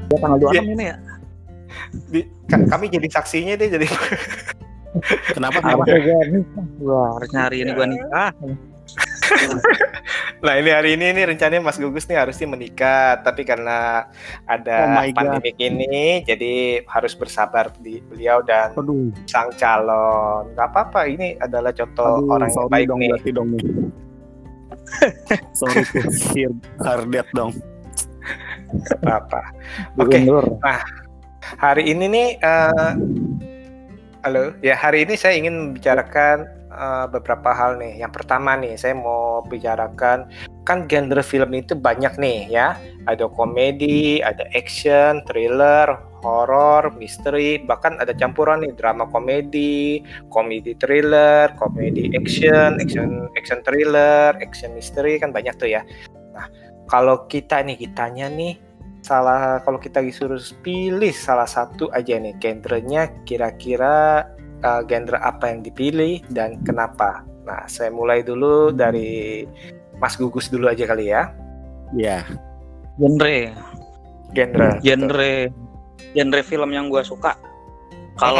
Ya tanggal 26 Iya. ini ya. Kami jadi saksinya deh jadi. Kenapa? Harusnya gue nikah. Wah, harusnya hari ini gue nikah. Nah ini hari ini nih rencananya Mas Gugus nih harusnya menikah, tapi karena ada Oh my God. pandemik ini, jadi harus bersabar di beliau dan Aduh, sang calon. Gak apa-apa, ini adalah contoh orang yang sorry baik dong nih. berarti dong nih. Sorry to hear that dong. Apa? Oke. Diundur. Hari ini nih, halo, ya hari ini saya ingin membicarakan beberapa hal nih. Yang pertama nih, saya mau bicarakan kan genre film itu banyak nih ya. Ada komedi, ada action, thriller, horor, misteri, bahkan ada campuran nih drama komedi, komedi thriller, komedi action, action thriller, action misteri kan banyak tuh ya. Nah, kalau kitanya nih kalau kita disuruh pilih salah satu aja nih genrenya, kira-kira genre apa yang dipilih dan kenapa? Nah, saya mulai dulu dari Mas Gugus dulu aja kali ya. Iya. Genre film yang gue suka. Kalau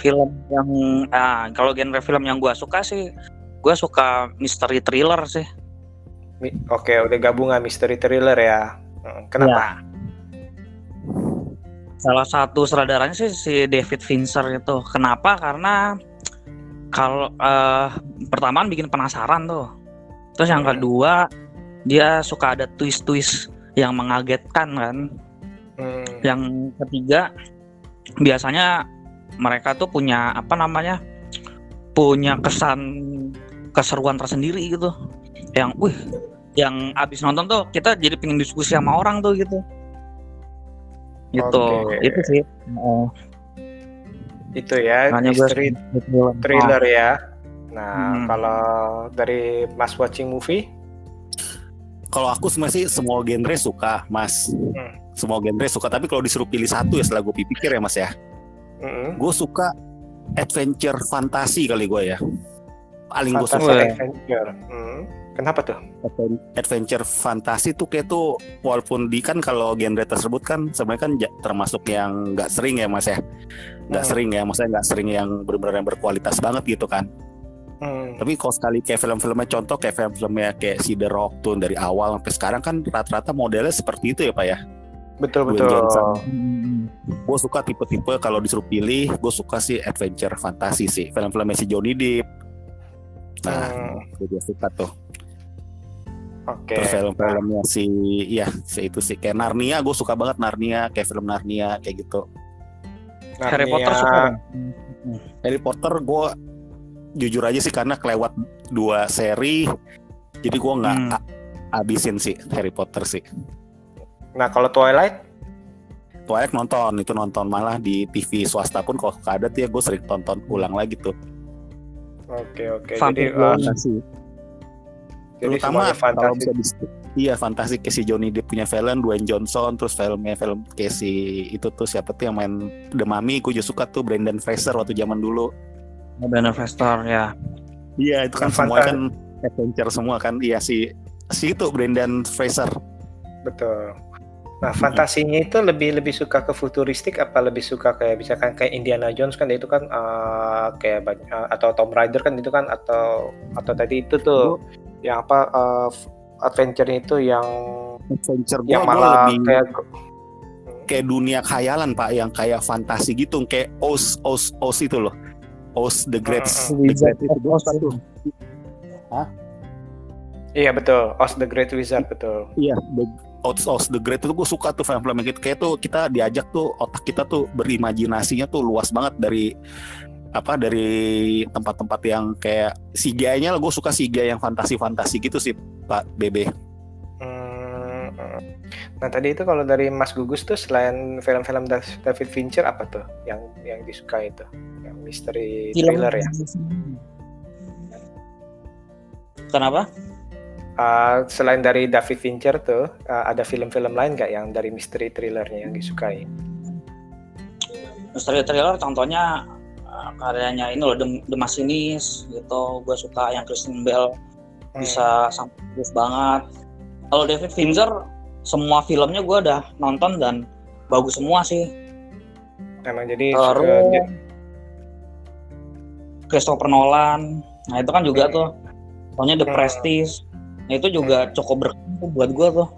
genre film yang gue suka sih, gue suka misteri thriller sih. Oke, udah gabungan misteri thriller ya. Kenapa? Ya. Salah satu sutradaranya sih si David Fincher itu. Kenapa? Karena kalau pertama bikin penasaran tuh. Terus yang kedua, dia suka ada twist-twist yang mengagetkan kan. Yang ketiga, biasanya mereka tuh punya punya keseruan tersendiri gitu. Yang abis nonton tuh kita jadi pengen diskusi sama orang tuh gitu. Gitu. Oke. Itu sih. Itu ya, misteri thriller ya. Nah, kalau dari Mas watching movie? Kalau aku sebenarnya sih semua genre suka, Mas. Semua genre suka, tapi kalau disuruh pilih satu ya setelah gue pikir ya, Mas ya. Gue suka adventure fantasi kali gue ya. Paling gue suka adventure. Kenapa tuh? Adventure fantasi tuh kayak tuh walaupun kan kalau genre tersebut kan sebenarnya kan termasuk yang nggak sering ya Mas ya, nggak sering ya, maksudnya nggak sering yang benar-benar yang berkualitas banget gitu kan. Tapi kalau sekali kayak film-filmnya, contoh kayak film-filmnya kayak si The Rock tuh dari awal sampai sekarang kan rata-rata modelnya seperti itu ya Pak ya. Betul. Gue suka tipe-tipe kalau disuruh pilih, gue suka sih adventure fantasi sih, film-filmnya si Johnny Depp. Nah, gue juga suka tuh. Oke. Terus film-filmnya si itu sih kayak Narnia, gue suka banget Narnia, kayak film Narnia kayak gitu. Harry Potter suka. Harry Potter gue jujur aja sih karena kelewat 2 seri, jadi gue nggak habisin sih Harry Potter sih. Nah kalau Twilight nonton malah di TV swasta pun kalau ada tuh ya gue sering tonton ulang lagi tuh. Oke. Jadi fantasi. Terutama kalau bisa fantasi kayak si Johnny Depp punya film, Dwayne Johnson, terus film kayak si itu tuh siapa tuh yang main The Mummy, gue juga suka tuh Brendan Fraser waktu zaman dulu. Brendan Fraser ya. Iya itu kan semua kan adventure semua kan. Iya si itu Brendan Fraser. Betul. Nah fantasinya itu lebih suka ke futuristik apa lebih suka kayak misalkan kayak Indiana Jones kan itu kan kayak atau Tomb Raider kan itu kan atau tadi itu tuh yang adventure itu yang malah lebih kayak dunia khayalan Pak, yang kayak fantasi gitu, kayak Oz itu loh, Oz the Great Wizard itu tuh. Iya betul, Oz the Great Wizard betul. Iya, Oz the Great itu gue suka tuh film-film gitu, kayak tuh kita diajak tuh otak kita tuh berimajinasinya tuh luas banget dari tempat-tempat yang kayak CGI-nya lah, gue suka CGI yang fantasi-fantasi gitu sih Pak Bebe. Nah tadi itu kalau dari Mas Gugus tuh selain film-film David Fincher apa tuh yang disukai itu, yang misteri thriller ya? Kenapa? Selain dari David Fincher tuh ada film-film lain nggak yang dari misteri thrillernya yang disukai? Misteri thriller contohnya karyanya ini loh The Machinist gitu, gue suka yang Christian Bale bisa sampai banget. Kalau David Fincher semua filmnya gue udah nonton dan bagus semua sih. Emang jadi Terus Christopher Nolan, nah itu kan juga tuh, soalnya The Prestige, nah itu juga cukup berkesan buat gue tuh.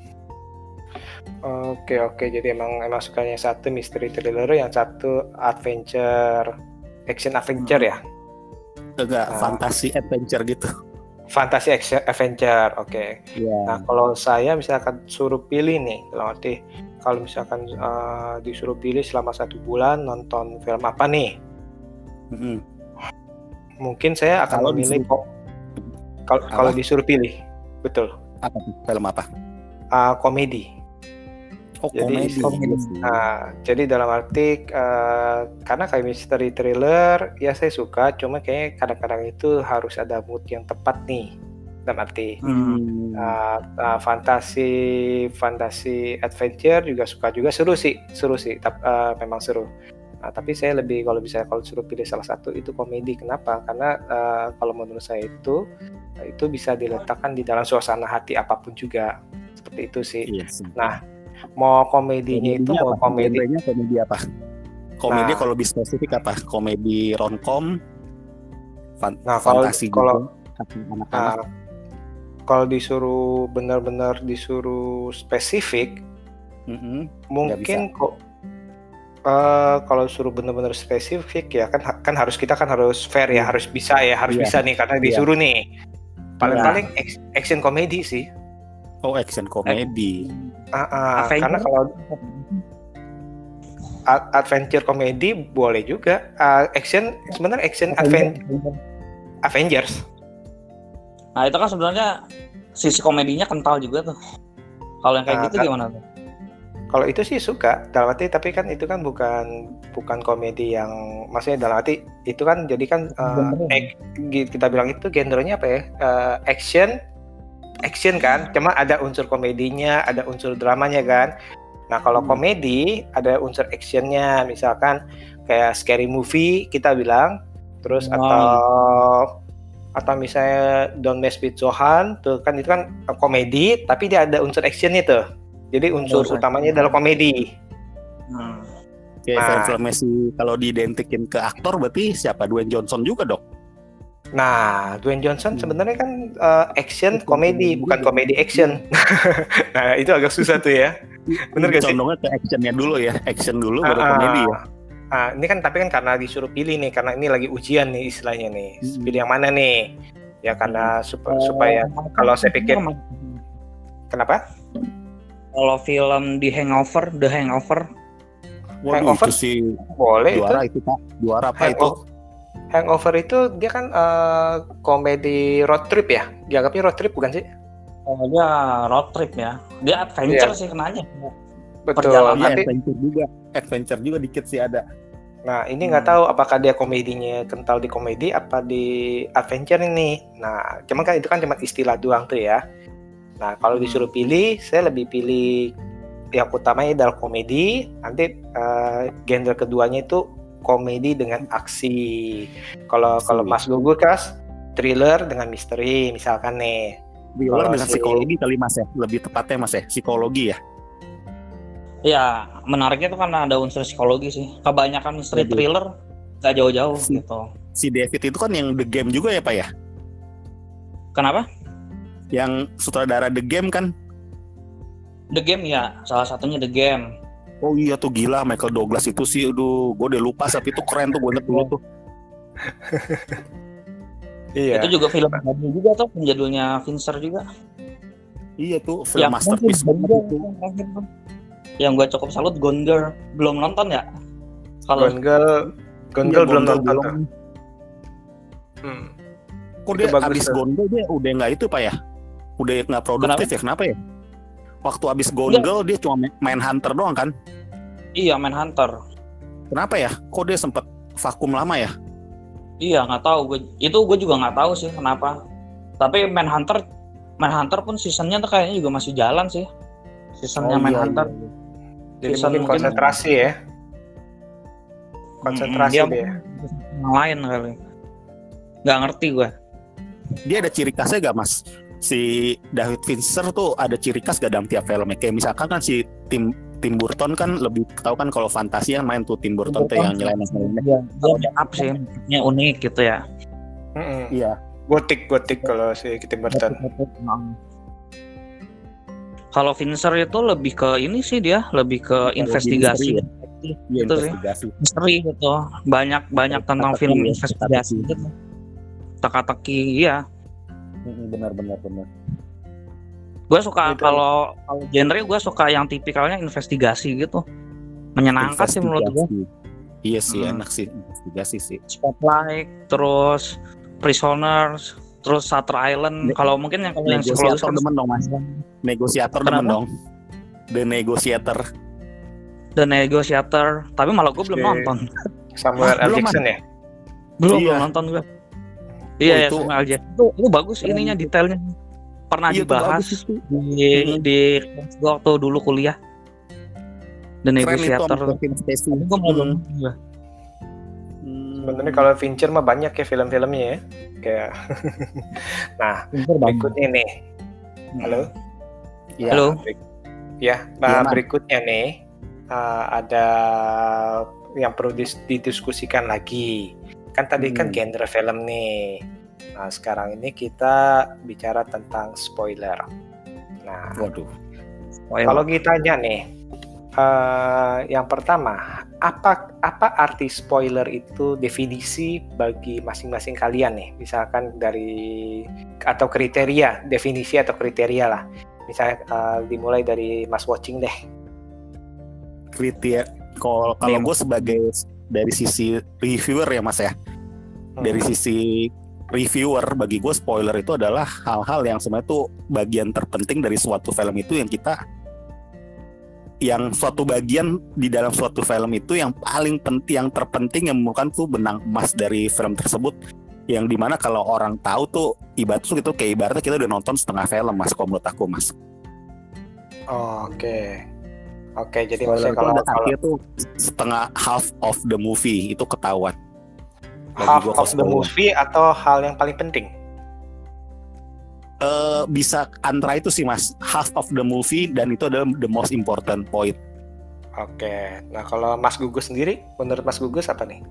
Oke, jadi emang sukanya satu mystery thriller, yang satu adventure, action adventure ya? Enggak, fantasi adventure gitu. Fantasi action adventure, oke. Yeah. Nah kalau saya misalkan suruh pilih nih, kalau misalkan disuruh pilih selama 1 bulan nonton film apa nih? Mungkin saya akan memilih kalau disuruh pilih, betul. Apa tuh? Film apa? Komedi. Komedi. Jadi dalam arti karena kayak mystery thriller ya saya suka, cuma kayak kadang-kadang itu harus ada mood yang tepat nih. Dalam arti fantasi adventure juga suka juga, seru sih. Memang seru. Tapi saya lebih kalau suruh pilih salah satu itu komedi. Kenapa? Karena kalau menurut saya itu bisa diletakkan di dalam suasana hati apapun juga. Seperti itu sih. Yes. Nah, mau komedinya itu mau komedi apa? Komedi kalau lebih spesifik apa? Komedi romcom, fantasi kalau anak-anak. Kalau disuruh benar-benar disuruh spesifik, mungkin kok kalau suruh benar-benar spesifik ya kan harus fair ya, harus bisa nih karena disuruh nih. Paling action komedi sih. Oh, action komedi. Karena kalau adventure komedi boleh juga. Action sebenarnya action Avengers. Nah itu kan sebenarnya sisi komedinya kental juga tuh. Kalau yang kayak gitu gimana tuh? Kalau itu sih suka dalam arti, tapi kan itu kan bukan komedi yang maksudnya dalam arti itu kan jadi kan kita bilang itu genrenya apa ya? Action kan, cuma ada unsur komedinya, ada unsur dramanya kan. Nah kalau komedi ada unsur actionnya, misalkan kayak scary movie kita bilang, terus atau misalnya Don't Mess With Johan, tuh kan itu kan komedi, tapi dia ada unsur actionnya tuh. Jadi unsur utamanya adalah komedi. Film Messi kalau diidentikin ke aktor berarti siapa? Dwayne Johnson juga dong. Nah, Dwayne Johnson sebenarnya kan action komedi, bukan komedi action. Nah, itu agak susah tuh ya. Bener gak sih? Condongnya ke actionnya dulu ya, action dulu baru komedi ya. Ini kan tapi kan karena disuruh pilih nih, karena ini lagi ujian nih istilahnya nih. Pilih yang mana nih? Ya karena supaya kalau saya pikir kenapa? Kalau film The Hangover. Waduh, itu sih boleh juara itu. Pak. Juara apa itu? Hangover itu dia kan komedi road trip ya? Dianggapnya road trip bukan sih? Oh, dia road trip ya. Dia adventure sih kenanya. Betul. Adventure juga dikit sih ada. Nah, ini nggak tahu apakah dia komedinya kental di komedi apa di adventure ini. Nah, cuman kan itu kan cuma istilah doang tuh ya. Nah, kalau disuruh pilih, saya lebih pilih yang utamanya adalah komedi. Nanti genre keduanya itu komedi dengan aksi. Kalau Mas Gugur kas thriller dengan misteri misalkan nih. Thriller dengan psikologi kali Mas ya, lebih tepatnya Mas ya, psikologi ya. Ya, menariknya itu kan ada unsur psikologi sih. Kebanyakan misteri thriller nggak jauh-jauh gitu. Si David itu kan yang The Game juga ya Pak ya? Kenapa? Yang sutradara The Game kan? The Game ya, salah satunya The Game. Oh iya tuh gila, Michael Douglas itu sih, aduh, gue udah lupa tapi itu keren tuh, gue inget dulu tuh. Iya. Itu juga film baru juga tuh, penjadulnya Fincher juga. Iya tuh, film masterpiece banget itu. Yang gue cukup salut, Gone Girl. Belum nonton ya? Gone Girl belum nonton. Kok dia abis Gone Girl dia udah nggak itu Pak ya? Udah nggak produktif ya? Kenapa ya? Waktu abis Gone Girl dia cuma main Hunter doang kan? Iya, main Hunter. Kenapa ya? Kok dia sempet vakum lama ya? Iya, nggak tahu. Gue juga nggak tahu sih kenapa. Tapi main Hunter pun seasonnya tuh kayaknya juga masih jalan sih. Seasonnya main Hunter. Iya. Jadi mungkin konsentrasi ya. Konsentrasi dia. Yang lain kali. Nggak ngerti gue. Dia ada ciri khasnya gak Mas? Si David Fincher tuh ada ciri khas gak dalam tiap filmnya? Kayak misalkan kan si tim Tim Burton kan lebih tahu kan kalau fantasi yang main tuh Tim Burton tuh yang nyeleneh. Dia make up sih, bentuknya unik gitu ya. Iya. Gotik kalau si Tim Burton. Kalau Fincher itu lebih ke ini sih, dia lebih ke investigasi. Iya, Itu sih. investigasi. Misteri gitu. Banyak tentang film investigasi gitu. Teka-teki, iya. Benar. Gue suka Gitu. kalau genre gue suka yang tipikalnya investigasi gitu. Menyenangkan sih menurut gue. Iya sih, enak sih investigasi sih. Spotlight, terus Prisoners, terus Shutter Island. Kalau mungkin yang kalau yang psikologis Negosiator demen dong Mas. Negosiator demen Kenapa? dong. The Negotiator. The Negotiator. Tapi malah gue belum Oke. nonton. Samuel L. belum, Jackson ya. Belum Iya. nonton gue. Iya ya, itu- Samuel L. Jackson. Itu bagus ininya, detailnya. Pernah Iya, itu dibahas bagus itu. di gue waktu dulu kuliah. The Keren itu Negotiator. sama Kevin Spacey. Tapi gue belum nonton juga. Sebenarnya kalau Fincher mah banyak ya film-filmnya ya. Kayak nah, Pinter banget. berikutnya nih. Halo. Iya. Halo. Ya, Iya, Mas. berikutnya nih ada yang perlu didiskusikan lagi. Kan tadi kan genre film nih. Nah, sekarang ini kita bicara tentang spoiler. Nah, Waduh. kalau kita tanya nih, yang pertama, apa arti spoiler itu, definisi bagi masing-masing kalian nih? Misalkan dari atau kriteria, definisi atau kriteria lah. Misalnya dimulai dari Mas Watching deh. Kriteria kalau gue sebagai dari sisi reviewer ya Mas ya. Dari sisi reviewer, bagi gue spoiler itu adalah hal-hal yang sebenarnya tuh bagian terpenting dari suatu film itu yang suatu bagian di dalam suatu film itu yang paling penting, yang terpenting, yang merupakan tuh benang emas dari film tersebut, yang dimana kalau orang tahu tuh ibarat tuh itu kayak ibaratnya kita udah nonton setengah film Mas, kalau menurut aku Mas. Oke, jadi Spoiler maksudnya itu kalau artinya tuh setengah half of the movie itu ketahuan. Bagi half gua of the spoiler. movie atau hal yang paling penting? Bisa antara itu sih Mas, half of the movie dan itu adalah the most important point. Oke, nah kalau Mas Gugus sendiri, menurut Mas Gugus apa nih?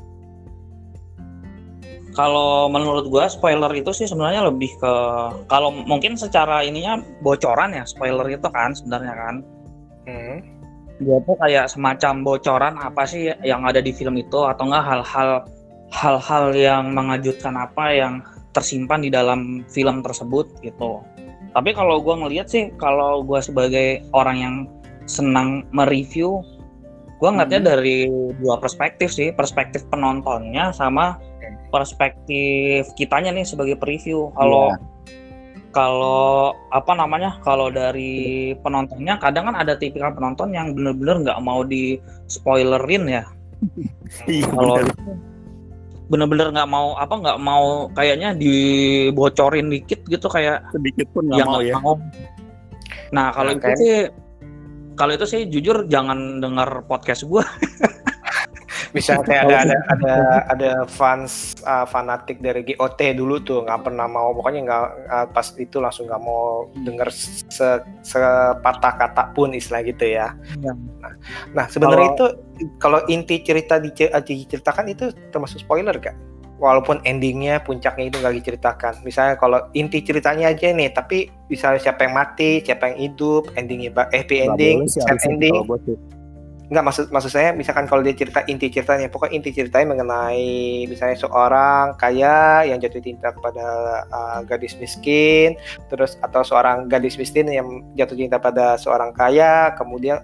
Kalau menurut gua spoiler itu sih sebenarnya lebih ke, kalau mungkin secara ininya bocoran ya, spoiler itu kan sebenarnya kan. Dia tuh kayak semacam bocoran apa sih yang ada di film itu, atau enggak hal-hal yang mengejutkan apa yang tersimpan di dalam film tersebut gitu. Tapi kalau gua ngelihat sih, kalau gua sebagai orang yang senang mereview, gua ngeliatnya dari dua perspektif sih, perspektif penontonnya sama perspektif kitanya nih sebagai preview. Kalau kalau dari penontonnya, kadang kan ada tipikal penonton yang bener-bener nggak mau di spoilerin ya. Kalau bener-bener nggak mau kayaknya dibocorin dikit gitu, kayak sedikit pun nggak mau ya. Nah kalau itu sih jujur jangan dengar podcast gue. Misalnya ada fans fanatik dari GOT dulu tuh nggak pernah mau, pokoknya nggak pas itu langsung nggak mau denger sepatah kata pun istilah gitu ya. Nah sebenarnya itu kalau inti cerita diceritakan itu termasuk spoiler gak? Walaupun endingnya, puncaknya itu nggak diceritakan. Misalnya kalau inti ceritanya aja nih, tapi misalnya siapa yang mati, siapa yang hidup, endingnya happy ending, sad ending. Enggak, maksud saya misalkan kalau dia cerita inti ceritanya, pokoknya inti ceritanya mengenai misalnya seorang kaya yang jatuh cinta kepada gadis miskin, terus atau seorang gadis miskin yang jatuh cinta pada seorang kaya, kemudian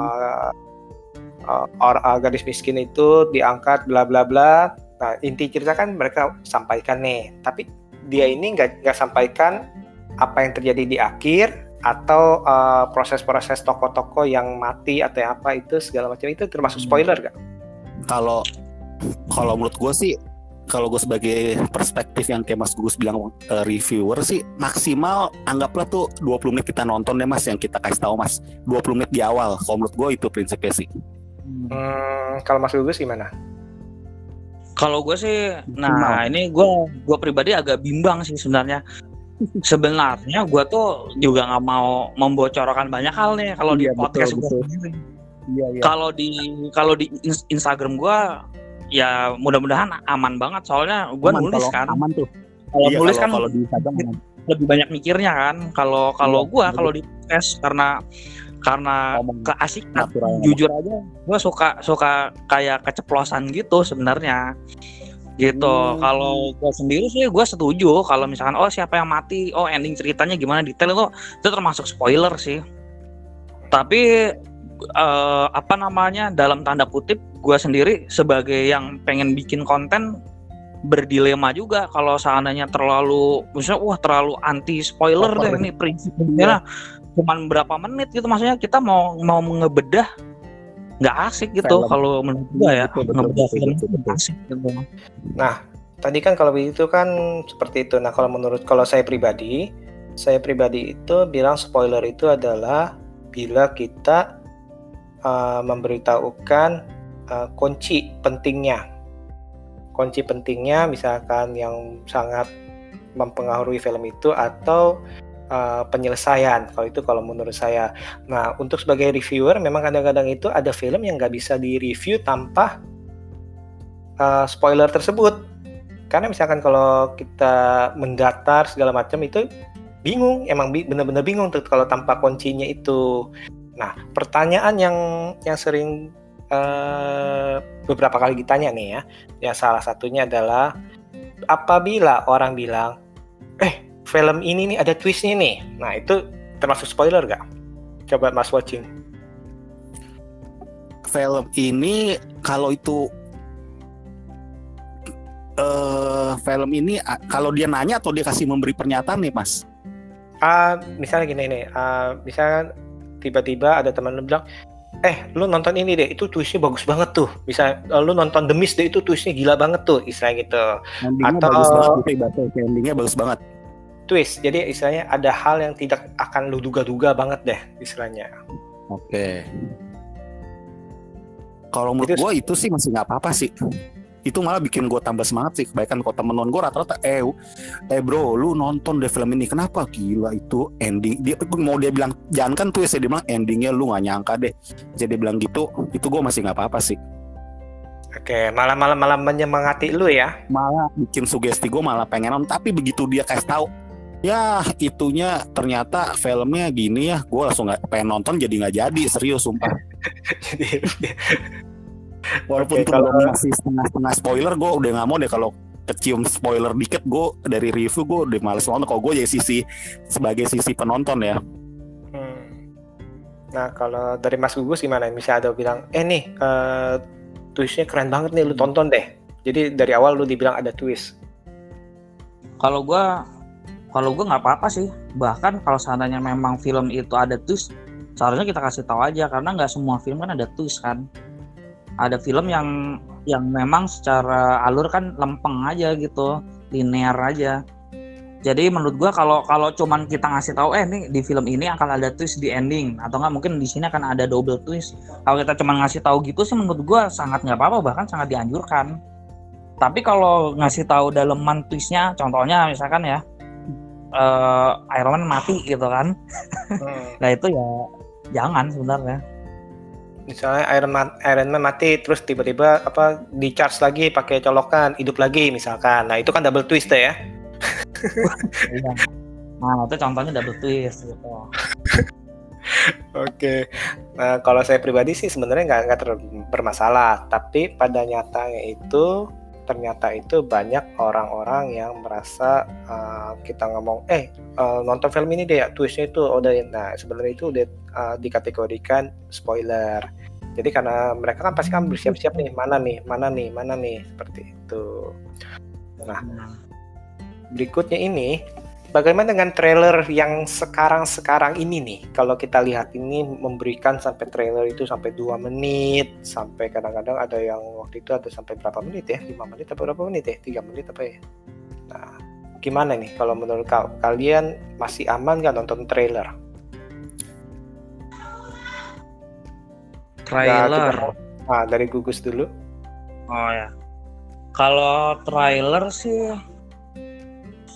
gadis miskin itu diangkat bla bla bla. Nah, inti cerita kan mereka sampaikan nih, tapi dia ini nggak sampaikan apa yang terjadi di akhir, atau proses-proses tokoh-tokoh yang mati atau yang apa itu segala macam, itu termasuk spoiler gak? Kalau menurut gue sih, kalau gue sebagai perspektif yang kayak Mas Gugus bilang reviewer sih, maksimal anggaplah tuh 20 menit kita nonton deh Mas, yang kita kasih tahu Mas, 20 menit di awal. Kalau menurut gue itu prinsipnya sih. Kalau Mas Gugus gimana? Kalau gue sih, nah ini gue pribadi agak bimbang sih sebenarnya. Sebenarnya gue tuh juga nggak mau membocorkan banyak hal nih kalau di Iya, podcast gue betul. sendiri. Iya, iya. Kalau di Instagram gue ya mudah-mudahan aman banget, soalnya gue Aman, nulis kalau kan. aman tuh. Kalau Iya, nulis kan kalau di Instagram aman. lebih banyak mikirnya kan. Kalau Iya, gue betul. kalau di podcast karena Ngomong keasikan, natural. jujur aja gue suka kayak keceplosan gitu sebenarnya. Gitu. Kalau gue sendiri sih gue setuju kalau misalkan siapa yang mati, ending ceritanya gimana detail itu termasuk spoiler sih. Tapi apa namanya, dalam tanda kutip gue sendiri sebagai yang pengen bikin konten berdilema juga kalau seandainya terlalu anti spoiler deh, ini prinsipnya cuman berapa menit gitu, maksudnya kita mau ngebedah nggak asik gitu kalau menurut gue ya. Ngebedah film itu nggak asik gitu. Nah, tadi kan kalau begitu kan seperti itu. Nah, kalau saya pribadi itu bilang spoiler itu adalah bila kita memberitahukan kunci pentingnya misalkan yang sangat mempengaruhi film itu, atau penyelesaian, kalau menurut saya. Nah, untuk sebagai reviewer memang kadang-kadang itu ada film yang nggak bisa di-review tanpa spoiler tersebut, karena misalkan kalau kita mendatar segala macam itu bingung, emang benar-benar bingung tuh kalau tanpa kuncinya itu. Nah, pertanyaan yang sering beberapa kali ditanya nih ya, yang salah satunya adalah apabila orang bilang, film ini nih ada twistnya nih, nah itu termasuk spoiler gak? Coba Mas Watching. Film ini kalau itu film ini kalau dia nanya atau dia kasih memberi pernyataan nih Mas? Misalnya gini nih, misalnya tiba-tiba ada teman lu bilang, lu nonton ini deh, itu twistnya bagus banget tuh. Bisa lu nonton The Mist deh, itu twistnya gila banget tuh, istilah gitu. Endingnya bagus banget, endingnya bagus banget. Twist, jadi istilahnya ada hal yang tidak akan lu duga-duga banget deh, istilahnya. Oke. Kalau menurut gue itu sih masih nggak apa-apa sih. Itu malah bikin gue tambah semangat sih. Kebaikan kalau temen gue rata-rata, bro, lu nonton deh film ini. Kenapa? Gila itu ending. Dia bilang jangan kan twist ya, dia bilang endingnya lu nggak nyangka deh. Jadi bilang gitu, itu gue masih nggak apa-apa sih. Oke, malah menyemangati lu ya. Malah bikin sugesti gue malah pengen nonton. Tapi begitu dia kasih tahu, ya itunya ternyata filmnya gini ya, gue langsung nggak pengen nonton, jadi nggak jadi, serius sumpah. Walaupun tuh belum masih setengah spoiler, gue udah nggak mau deh kalau kecium spoiler dikit, gue dari review gue udah males nonton. Kalau gue jadi sebagai sisi penonton ya. Nah, kalau dari Mas Gugus gimana? Misalnya ada bilang, nih twistnya keren banget nih, lu tonton deh. Jadi dari awal lu dibilang ada twist. Kalau gue nggak apa-apa sih. Bahkan kalau seandainya memang film itu ada twist, seharusnya kita kasih tahu aja, karena nggak semua film kan ada twist kan. Ada film yang memang secara alur kan lempeng aja gitu, linear aja. Jadi menurut gue kalau cuman kita ngasih tahu nih di film ini akan ada twist di ending, atau nggak mungkin di sini akan ada double twist. Kalau kita cuman ngasih tahu gitu sih menurut gue sangat nggak apa-apa, bahkan sangat dianjurkan. Tapi kalau ngasih tahu daleman twistnya, contohnya misalkan ya Iron Man mati gitu kan, nah itu ya jangan sebenarnya. Misalnya Iron Man mati terus tiba-tiba di charge lagi pakai colokan, hidup lagi misalkan. Nah, itu kan double twist ya. Iya. Nah, itu contohnya double twist gitu. Oke. Nah, kalau saya pribadi sih sebenarnya nggak bermasalah, tapi pada nyatanya itu ternyata itu banyak orang-orang yang merasa kita ngomong nonton film ini deh ya, twistnya itu nah sebenarnya itu udah dikategorikan spoiler. Jadi karena mereka kan pasti kan bersiap-siap nih, mana nih seperti itu. Nah, berikutnya ini bagaimana dengan trailer yang sekarang ini nih? Kalau kita lihat ini memberikan sampai trailer itu sampai 2 menit, sampai kadang-kadang ada yang waktu itu ada sampai berapa menit ya? 5 menit atau berapa menit ya? 3 menit apa ya? Nah, gimana nih kalau menurut kalian, masih aman nggak nonton trailer? Trailer. Nah, dari Gugus dulu. Oh ya. Kalau trailer sih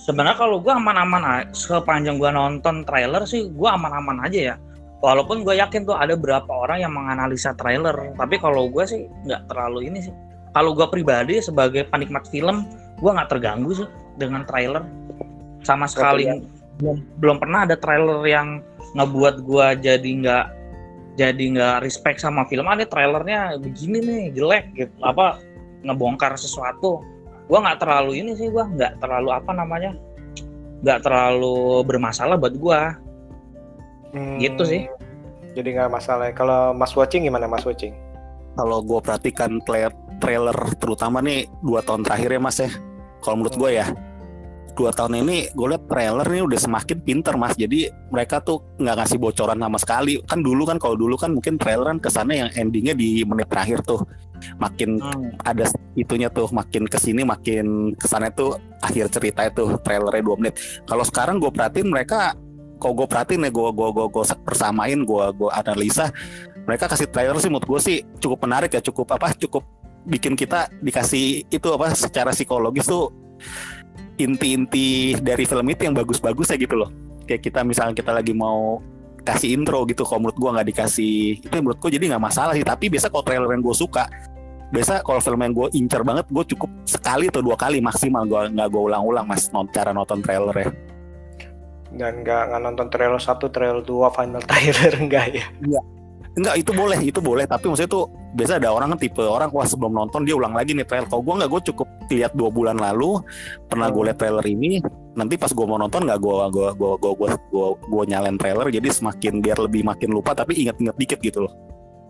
Sebenarnya kalau gue aman-aman sepanjang gue nonton trailer sih gue aman-aman aja ya. Walaupun gue yakin tuh ada beberapa orang yang menganalisa trailer, tapi kalau gue sih nggak terlalu ini sih. Kalau gue pribadi sebagai penikmat film, gue nggak terganggu sih dengan trailer. Sama sekali belum pernah ada trailer yang ngebuat gue jadi nggak respect sama film. Ada trailernya begini nih jelek gitu, apa ngebongkar sesuatu. Gue nggak terlalu ini sih, gue nggak terlalu nggak terlalu bermasalah buat gue. Gitu sih. Jadi nggak masalah. Kalau Mas Watching gimana Mas Watching? Kalau gue perhatikan trailer terutama nih 2 tahun terakhir ya Mas ya. Kalau menurut gue ya 2 tahun ini gue liat trailer nih udah semakin pinter Mas. Jadi mereka tuh nggak ngasih bocoran sama sekali. Kan kalau dulu kan mungkin trailer kan kesannya yang endingnya di menit terakhir tuh. Makin ada itunya tuh, makin kesini makin kesannya tuh akhir cerita itu trailernya 2 menit. Kalau sekarang gue perhatiin mereka, kalau gue perhatiin ya gue persamain, gue analisa, mereka kasih trailer sih menurut gue sih cukup menarik ya, cukup bikin kita dikasih itu secara psikologis tuh inti-inti dari film itu yang bagus-bagus ya gitu loh. Kayak misalnya kita lagi mau kasih intro gitu, kalau menurut gue nggak dikasih itu menurut gue jadi nggak masalah sih. Tapi biasa kalau trailer yang gue suka, biasa kalau film yang gue incer banget, gue cukup sekali atau 2 kali maksimal, nggak gue ulang-ulang Mas cara nonton trailer ya. Dan nggak nonton trailer 1, trailer 2, final trailer enggak ya? Iya. Enggak, itu boleh, tapi maksudnya tuh biasa ada orang kan tipe orang wah sebelum nonton dia ulang lagi nih trailer. Kalau gue nggak, gue cukup lihat 2 bulan lalu pernah gue lihat trailer ini, nanti pas gue mau nonton nggak gue nyalain trailer, jadi biar lebih makin lupa tapi inget-inget dikit gitu loh.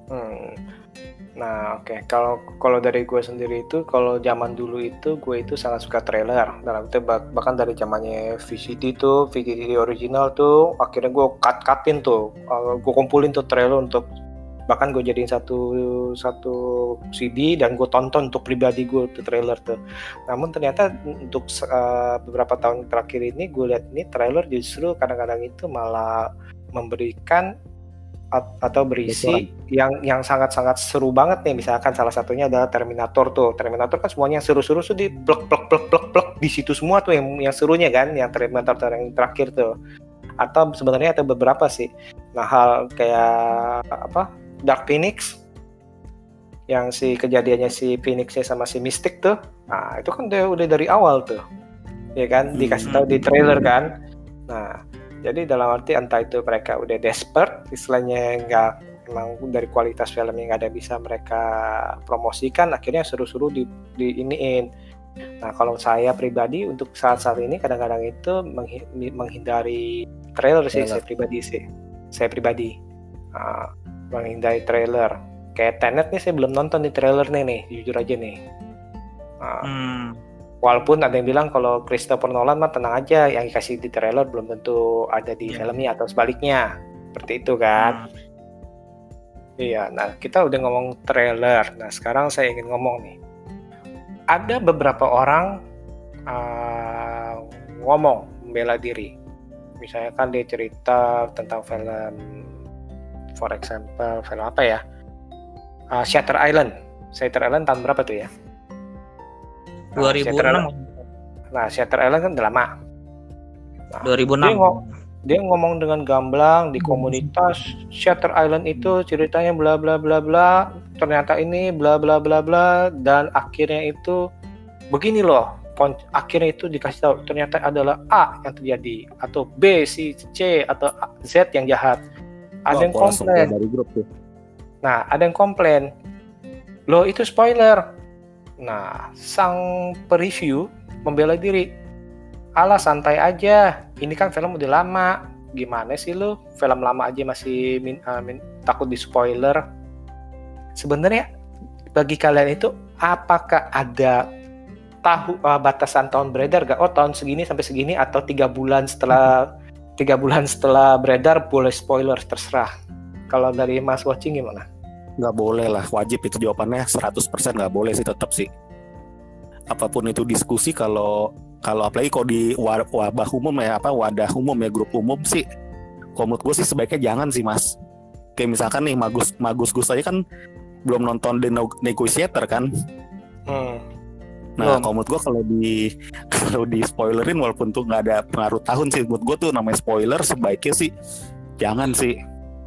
Nah oke. Kalau dari gue sendiri itu, kalau zaman dulu itu gue itu sangat suka trailer. Dalam itu bahkan dari zamannya VCD original tuh, akhirnya gue cut-cutin tuh, gue kumpulin tuh trailer untuk, bahkan gue jadiin satu CD dan gue tonton untuk pribadi gue tuh trailer tuh. Namun ternyata untuk beberapa tahun terakhir ini gue lihat ini trailer justru kadang-kadang itu malah memberikan atau berisi yang sangat-sangat seru banget nih. Misalkan salah satunya adalah Terminator tuh. Terminator kan semuanya yang seru-seru tuh di plek di situ semua tuh yang serunya kan, yang Terminator yang terakhir tuh. Atau sebenarnya ada beberapa sih. Nah, hal kayak Dark Phoenix, yang si kejadiannya si Phoenix sama si Mystic tuh. Nah, itu kan udah dari awal tuh. Ya kan, dikasih tahu di trailer kan. Nah, jadi dalam arti entah itu mereka udah desperate, istilahnya emang dari kualitas film yang ada bisa mereka promosikan, akhirnya seru-seru di iniin. Nah kalau saya pribadi untuk saat-saat ini kadang-kadang itu menghindari trailer sih, saya pribadi menghindari trailer. Kayak Tenet nih saya belum nonton di trailer nih, jujur aja nih. Walaupun ada yang bilang kalau Christopher Nolan mah tenang aja, yang dikasih di trailer belum tentu ada di filmnya atau sebaliknya. Seperti itu kan. Iya, nah kita udah ngomong trailer. Nah sekarang saya ingin ngomong nih. Ada beberapa orang ngomong membela diri. Misalnya kan dia cerita tentang film, for example, film apa ya? Shutter Island. Shutter Island tahun berapa tuh ya? 2006. Shutter Island kan udah lama. 2006. Dia ngomong dengan gamblang di komunitas, Shutter Island itu ceritanya bla bla bla bla, ternyata ini bla bla bla bla, dan akhirnya itu begini loh. Akhirnya itu dikasih tahu ternyata adalah A yang terjadi, atau B, C atau Z yang jahat. Ada yang komplain. Nah, ada yang komplain. Loh, itu spoiler. Nah, sang pereview membela diri. Alah, santai aja. Ini kan film udah lama. Gimana sih lu? Film lama aja masih takut di spoiler. Sebenarnya bagi kalian itu apakah ada batasan tahun beredar gak? Oh, tahun segini sampai segini, atau 3 bulan setelah beredar boleh spoiler, terserah. Kalau dari Mas Watching gimana? Nggak boleh lah, wajib itu jawabannya 100% nggak boleh sih, tetap sih. Apapun itu diskusi, kalau apalagi kalau di wadah umum ya, grup umum sih, kalau menurut gue sih sebaiknya jangan sih Mas. Kayak misalkan nih Magus Gus aja kan belum nonton The Negotiator kan. Nah, Belum. kalau menurut gue kalau di spoilerin walaupun tuh nggak ada pengaruh tahun sih, menurut gue tuh namanya spoiler sebaiknya sih jangan sih.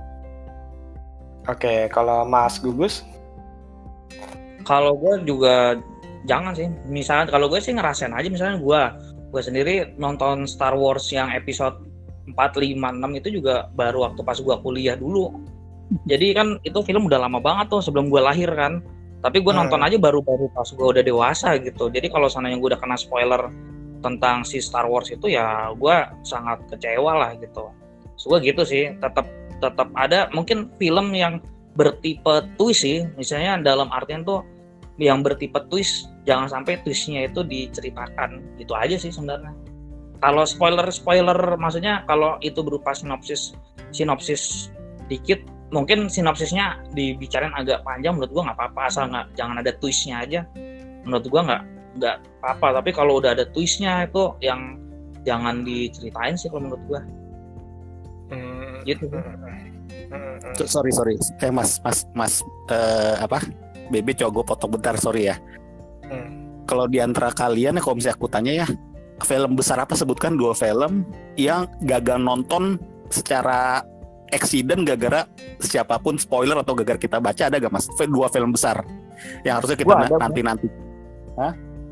Oke, kalau Mas Gugus? Kalau gue juga jangan sih. Misalnya kalau gue sih ngerasain aja, misalnya gue sendiri nonton Star Wars yang episode 4, 5, 6 itu juga baru waktu pas gue kuliah dulu. Jadi kan itu film udah lama banget tuh sebelum gue lahir kan. Tapi gue nonton aja baru-baru pas gue udah dewasa gitu. Jadi kalau seandainya gue udah kena spoiler tentang si Star Wars itu, ya gue sangat kecewa lah gitu. So gue gitu sih, tetap ada mungkin film yang bertipe twist sih. Misalnya dalam artian tuh yang bertipe twist, jangan sampai twistnya itu diceritakan. Gitu aja sih sebenarnya. Kalau spoiler maksudnya kalau itu berupa sinopsis dikit, mungkin sinopsisnya dibicarain agak panjang, menurut gua nggak apa-apa, asal jangan ada twistnya aja. Menurut gua nggak apa-apa. Tapi kalau udah ada twistnya itu yang jangan diceritain sih kalau menurut gua. Gitu. Sorry. Mas apa? Bebe coba gue potong bentar, sorry ya. Kalau di antara kalian ya, kalau misalnya aku tanya ya, film besar apa, sebutkan 2 film yang gagal nonton secara accident gara-gara siapapun spoiler atau gara-gara kita baca, ada gak Mas? 2 film besar yang harusnya kita nanti. Hah?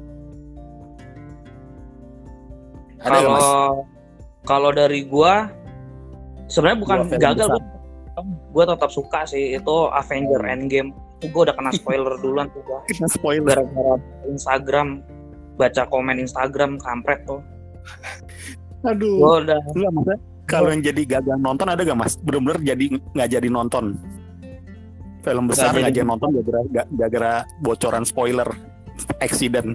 Ada gak Mas? Kalau dari gua sebenarnya bukan gagal, gue tetap suka sih itu Avenger Endgame. Itu gue udah kena spoiler duluan tuh gua. Kena spoiler Gara-gara Instagram, baca komen Instagram kampret tuh. Aduh. Gua udah. Enggak, Mas. Kalau yang jadi gagal nonton ada gak Mas? Bener-bener jadi nggak jadi nonton. Film besar nggak jadi nonton gara-gara bocoran spoiler, accident.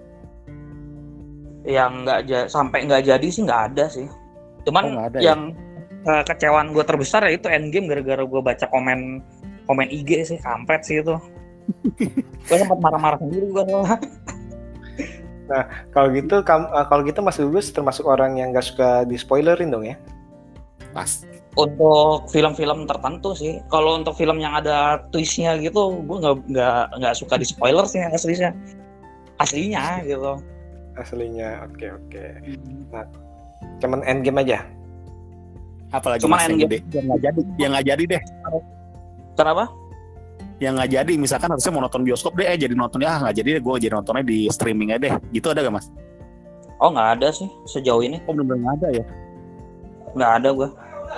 Yang sampai nggak jadi sih nggak ada sih. Cuman ada, yang kecewaan gue terbesar ya itu Endgame, gara-gara gue baca komen IG sih, kampret sih itu. Gue sempat marah-marah sendiri gue. Nah, kalau gitu Mas Gugus termasuk orang yang nggak suka di spoilerin dong ya? Pas. Untuk film-film tertentu sih. Kalau untuk film yang ada twistnya gitu, gue nggak suka di spoiler sih aslinya gitu. Aslinya, oke. Nah, cuman Endgame aja. Apalagi cuman Mas yang nggak jadi deh. Kenapa? Yang nggak jadi, misalkan harusnya mau nonton bioskop deh, jadi nontonnya nggak jadi deh, gue jadi nontonnya di streaming aja deh. Gitu ada gak Mas? Oh, nggak ada sih sejauh ini. Oh, bener-bener nggak ada ya? Nggak ada gue.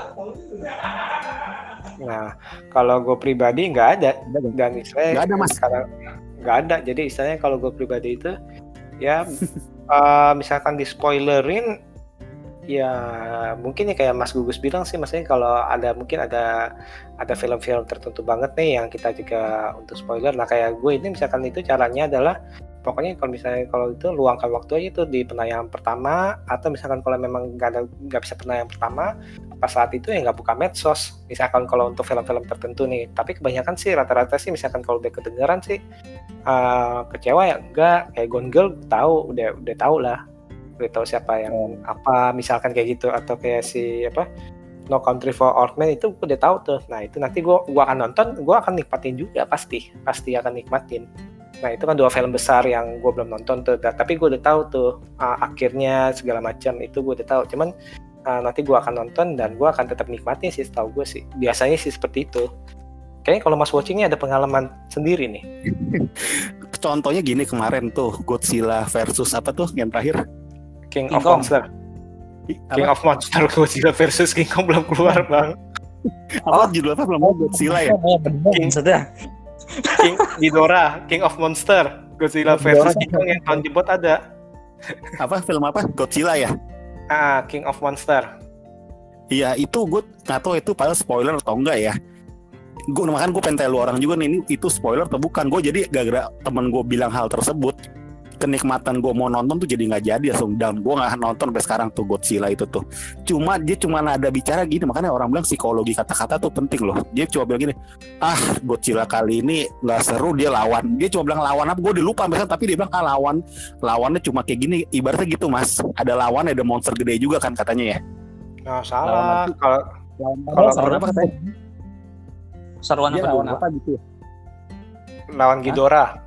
Nah, kalau gue pribadi nggak ada. Dan istilahnya nggak ada Mas. Sekarang nggak ada. Jadi istilahnya kalau gue pribadi itu ya misalkan di spoilerin, ya mungkin ya kayak Mas Gugus bilang sih, maksudnya kalau mungkin ada film-film tertentu banget nih yang kita juga untuk spoiler. Nah, kayak gue ini misalkan itu caranya adalah pokoknya kalau itu luangkan waktu aja tuh di penayangan pertama, atau misalkan kalau memang nggak bisa penayangan pertama pas saat itu ya nggak buka medsos, misalkan kalau untuk film-film tertentu nih. Tapi kebanyakan sih rata-rata sih misalkan kalau udah kedengeran sih kecewa ya enggak, kayak Gone Girl udah tahu lah, udah tahu siapa yang apa misalkan kayak gitu, atau kayak si No Country for Old Men itu udah tahu tuh. Nah, itu nanti gue akan nonton, gue akan nikmatin juga, pasti akan nikmatin. Nah, itu kan 2 film besar yang gue belum nonton tuh, tapi gue udah tahu tuh akhirnya segala macam itu gue udah tahu. Cuman nanti gue akan nonton dan gue akan tetap nikmatin sih, setahu gue sih biasanya sih seperti itu. Kayaknya kalau Mas Watching ada pengalaman sendiri nih. Contohnya gini, kemarin tuh Godzilla versus apa tuh yang terakhir? King of Monster. King of Monster, Godzilla versus King Kong belum keluar Bang. Apa judul apa belum? Godzilla ya? King Ghidorah, King of Monster, Godzilla versus King Kong yang tahun jebot ada. Apa film apa? Godzilla ya? King of Monster. Iya, itu gue nggak tahu itu padahal spoiler atau enggak ya. Makanya gue pengen tanya lu orang juga nih, ini itu spoiler atau bukan. Gue jadi gara-gara temen gue bilang hal tersebut, kenikmatan gue mau nonton tuh jadi nggak jadi langsung down. Gue nggak nonton sampai sekarang tuh Godzilla itu tuh. Dia cuma ada bicara gini, makanya orang bilang psikologi kata-kata tuh penting loh. Dia cuma bilang gini, Godzilla kali ini nggak seru, dia lawan. Dia cuma bilang lawan apa, gue udah lupa misalnya, tapi dia bilang lawannya cuma kayak gini. Ibaratnya gitu Mas, ada lawan, ada monster gede juga kan katanya ya. Nah, salah. Kalau seruan apa katanya? Seruan apa lawan apa gitu? Lawan Ghidorah.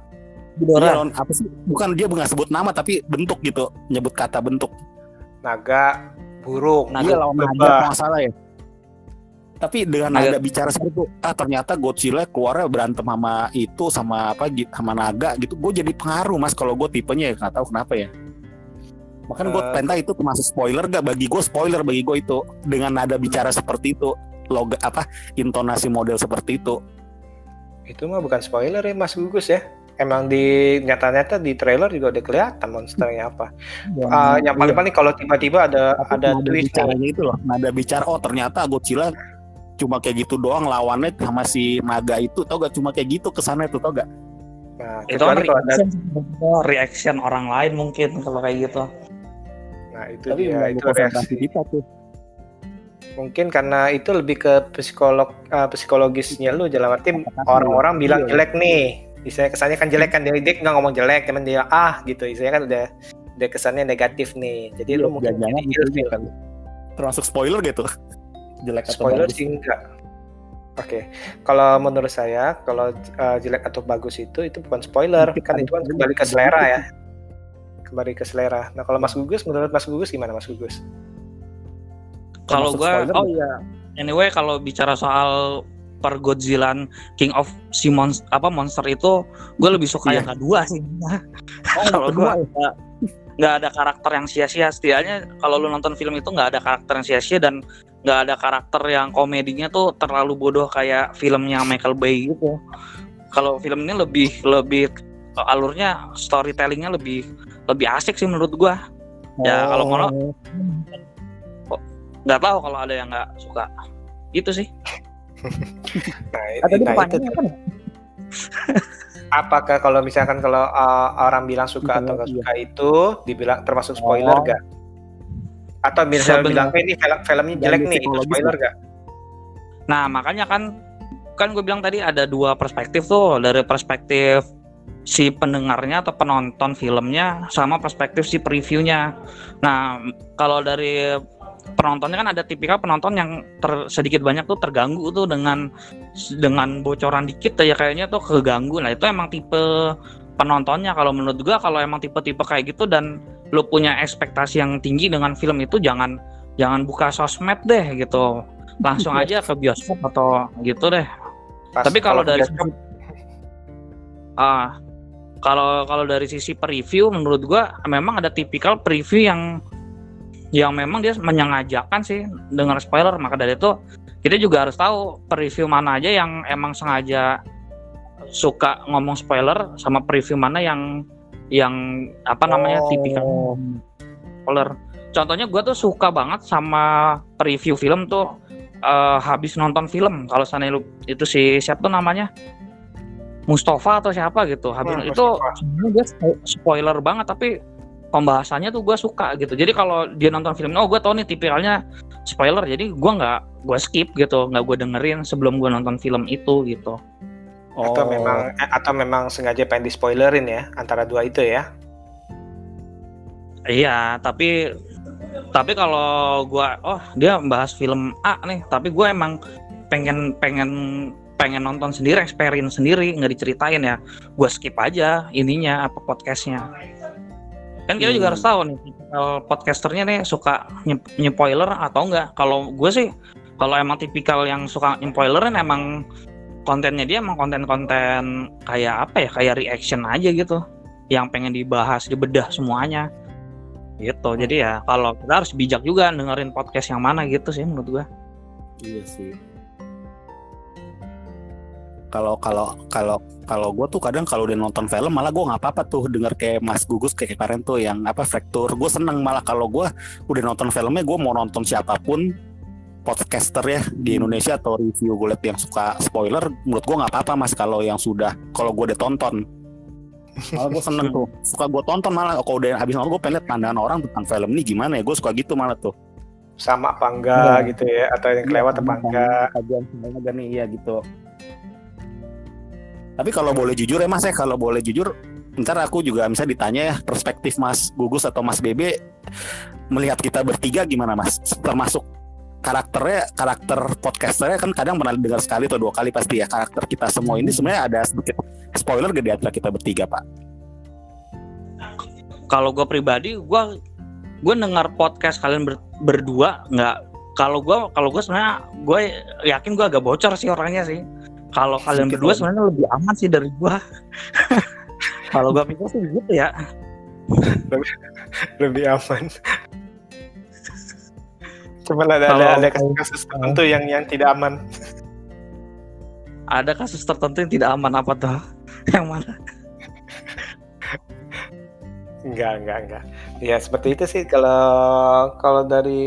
Ghidorah. Iya, apa sih? Bukan, dia nggak sebut nama tapi bentuk gitu, nyebut kata bentuk. Naga, burung, Iya, lawan naga lebah. kalau nggak salah ya. Tapi dengan Naga. nada bicara seperti itu, ternyata Godzilla keluarnya berantem sama itu, sama apa, sama naga gitu. Gue jadi pengaruh mas kalau gue tipenya ya, nggak tahu kenapa ya. Makanya gue pengen itu termasuk spoiler gak? Bagi gue spoiler, bagi gue itu dengan nada bicara seperti itu, intonasi model seperti itu. Itu mah bukan spoiler ya Mas Gugus ya. Emang di nyata-nyata di trailer juga udah kelihatan monsternya apa. Yang paling paling kalau tiba-tiba ada twist bicaranya itu loh, nada bicara, oh ternyata Godzilla cuma kayak gitu doang lawannya sama si naga itu, tau gak, cuma kayak gitu kesannya tuh, tau gak? Nah, Itu kan reaction orang lain mungkin kalau kayak gitu. Nah, itu tapi dia, itu reaksi kita tuh. Mungkin karena itu lebih ke psikologisnya lu, dalam arti orang-orang bilang jelek nih. Misalnya kesannya kan jelek kan, dia nggak ngomong jelek, cuman dia gitu. Misalnya kan udah kesannya negatif nih. Jadi lu mungkin gitu kan. Termasuk spoiler gitu. Jelek atau spoiler bagus? sih enggak. Oke. Kalau menurut saya, kalau jelek atau bagus itu bukan spoiler, kan itu kan kembali ke selera ya. Kembali ke selera. Nah, kalau Mas Gugus, menurut Mas Gugus gimana Mas Gugus? Kalau gua, anyway, kalau bicara soal per Godzilla King of monster itu, gue lebih suka yang kedua sih. Kalau gue nggak ada karakter yang sia-sia. Setidaknya kalau lu nonton film itu nggak ada karakter yang sia-sia, dan nggak ada karakter yang komedinya tuh terlalu bodoh kayak filmnya Michael Bay gitu. Kalau film ini lebih alurnya, storytellingnya lebih asik sih menurut gue. Ya kalau mau nggak tahu kalau ada yang nggak suka gitu sih. Apakah kalau misalkan kalau orang bilang suka atau nggak suka itu dibilang termasuk spoiler gak? Atau misalnya bilang ini filmnya jelek nih, itu spoiler gak? Nah makanya kan gue bilang tadi ada dua perspektif tuh, dari perspektif si pendengarnya atau penonton filmnya sama perspektif si previewnya. Nah kalau dari penontonnya kan ada tipikal penonton yang sedikit banyak tuh terganggu tuh dengan bocoran dikit ya, kayaknya tuh keganggu. Nah itu emang tipe penontonnya. Kalau menurut gua, kalau emang tipe-tipe kayak gitu dan lu punya ekspektasi yang tinggi dengan film itu, jangan buka sosmed deh gitu, langsung aja ke bioskop atau gitu deh. Tapi kalau dari kalau dari sisi preview, menurut gua memang ada tipikal preview yang memang dia menyengajakan sih dengan spoiler. Maka dari itu kita juga harus tahu preview mana aja yang emang sengaja suka ngomong spoiler, sama preview mana yang tipikal spoiler. Contohnya gue tuh suka banget sama preview film tuh habis nonton film. Kalau sana itu si siapa tuh namanya, Mustafa atau siapa gitu. Habis itu dia spoiler banget, tapi pembahasannya tuh gue suka gitu. Jadi kalau dia nonton film, gue tau nih tipikalnya spoiler, jadi gue skip gitu, nggak gue dengerin sebelum gue nonton film itu gitu. Atau memang sengaja pengen di spoilerin ya, antara dua itu ya? Iya, tapi kalau gue, dia bahas film A nih, tapi gue emang pengen nonton sendiri, experience sendiri, nggak diceritain ya, gue skip aja ininya podcastnya. Kan kita juga harus tahu nih, podcasternya nih suka nyepoiler atau enggak. Kalau gue sih, kalau emang tipikal yang suka nyepoilerin, emang kontennya dia emang konten-konten kayak apa ya, kayak reaction aja gitu, yang pengen dibahas, dibedah semuanya gitu. Jadi ya kalau kita harus bijak juga dengerin podcast yang mana gitu sih menurut gue. Iya sih. Kalau gue tuh kadang kalau udah nonton film malah gue nggak apa-apa tuh denger kayak Mas Gugus kayak kemarin tuh yang Fracture. Gue seneng malah kalau gue udah nonton filmnya, gue mau nonton siapapun podcaster ya di Indonesia atau review gue liat yang suka spoiler, menurut gue nggak apa-apa mas. Kalau gue udah tonton, malah gue seneng tuh, suka gue tonton malah. Kalau udah habis nonton gue pengen liat pandangan orang tentang film ini gimana ya, gue suka gitu malah tuh. Sama apa enggak gitu ya, atau yang kelewat apa enggak. Kajian semuanya nih, iya gitu. Tapi kalau boleh jujur ya mas ya, kalau boleh jujur, ntar aku juga misalnya ditanya ya perspektif Mas Gugus atau Mas Bebe melihat kita bertiga gimana mas? Termasuk karakter podcasternya kan kadang pernah dengar sekali atau 2 kali pasti ya. Karakter kita semua ini sebenarnya ada sedikit spoiler gak di antara kita bertiga, Pak? Kalau gue pribadi, gue dengar podcast kalian berdua nggak. Kalau gue sebenarnya gue yakin gue agak bocor sih orangnya sih. Kalau kalian berdua sebenarnya lebih aman sih dari gue. Kalau gue pikir sih gitu ya. Lebih aman. Cuman ada kasus tertentu yang tidak aman. Ada kasus tertentu yang tidak aman, apa tuh? Yang mana? Enggak. Ya seperti itu sih kalau dari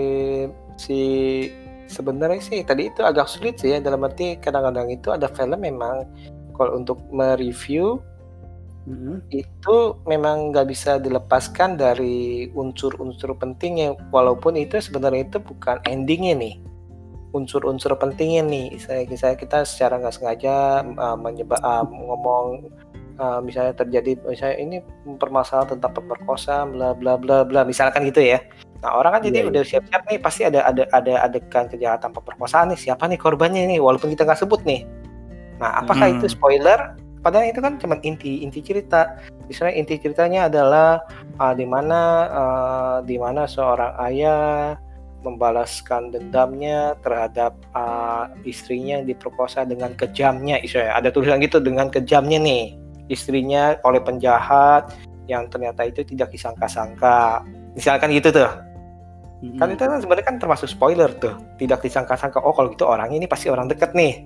sebenarnya sih tadi itu agak sulit sih ya, dalam arti kadang-kadang itu ada film memang kalau untuk mereview itu memang nggak bisa dilepaskan dari unsur-unsur pentingnya, walaupun itu sebenarnya itu bukan endingnya nih, unsur-unsur pentingnya nih. Misalnya kita secara nggak sengaja ngomong misalnya terjadi misalnya ini permasalahan tentang pemerkosa bla bla bla bla misalkan gitu ya. Nah orang kan jadi udah siap-siap nih, pasti ada adegan kejahatan pemerkosaan nih, siapa nih korbannya nih, walaupun kita nggak sebut nih. Nah apakah itu spoiler? Padahal itu kan cuma inti cerita. Misalnya inti ceritanya adalah di mana seorang ayah membalaskan dendamnya terhadap istrinya yang diperkosa dengan kejamnya. Ada tulisan gitu, dengan kejamnya nih istrinya oleh penjahat yang ternyata itu tidak disangka-sangka. Misalkan gitu tuh. Kan itu kan sebenarnya kan termasuk spoiler tuh. Tidak disangka-sangka. Oh kalau gitu orangnya ini pasti orang dekat nih.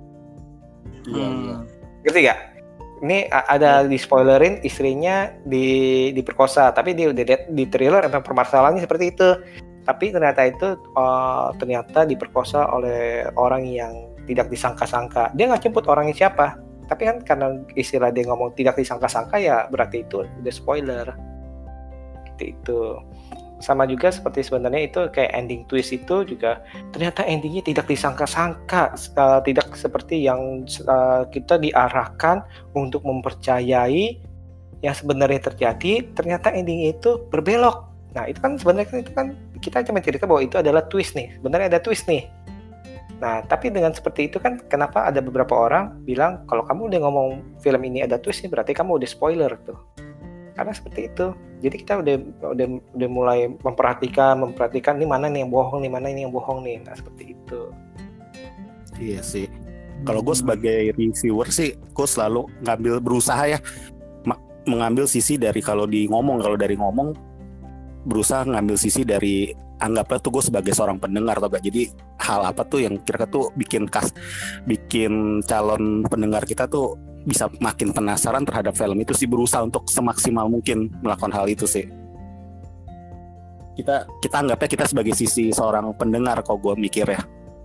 Iya. Ngerti gak? Ini ada di spoilerin istrinya diperkosa, tapi dia udah lihat di trailer emang permasalahannya seperti itu. Tapi ternyata itu ternyata diperkosa oleh orang yang tidak disangka-sangka. Dia nggak jemput orangnya siapa. Tapi kan karena istilah dia ngomong tidak disangka-sangka ya berarti itu udah spoiler. Gitu itu. Sama juga seperti sebenarnya itu kayak ending twist itu juga ternyata endingnya tidak disangka-sangka, tidak seperti yang kita diarahkan untuk mempercayai yang sebenarnya terjadi, ternyata endingnya itu berbelok. Nah itu kan sebenarnya itu kan kita cuma cerita bahwa itu adalah twist nih, sebenarnya ada twist nih. Nah tapi dengan seperti itu kan kenapa ada beberapa orang bilang kalau kamu udah ngomong film ini ada twist nih berarti kamu udah spoiler tuh. Karena seperti itu. Jadi kita udah mulai memperhatikan ini mana nih yang bohong nih, mana ini yang bohong nih. Nah, seperti itu. Iya sih. Kalau gue sebagai reviewer sih, gue selalu berusaha ya mengambil sisi dari kalau dari ngomong berusaha ngambil sisi dari anggaplah tuh gue sebagai seorang pendengar atau gak. Jadi hal apa tuh yang kira-kira tuh bikin calon pendengar kita tuh bisa makin penasaran terhadap film itu sih, berusaha untuk semaksimal mungkin melakukan hal itu sih. Kita anggapnya kita sebagai sisi seorang pendengar kalau gue mikir ya.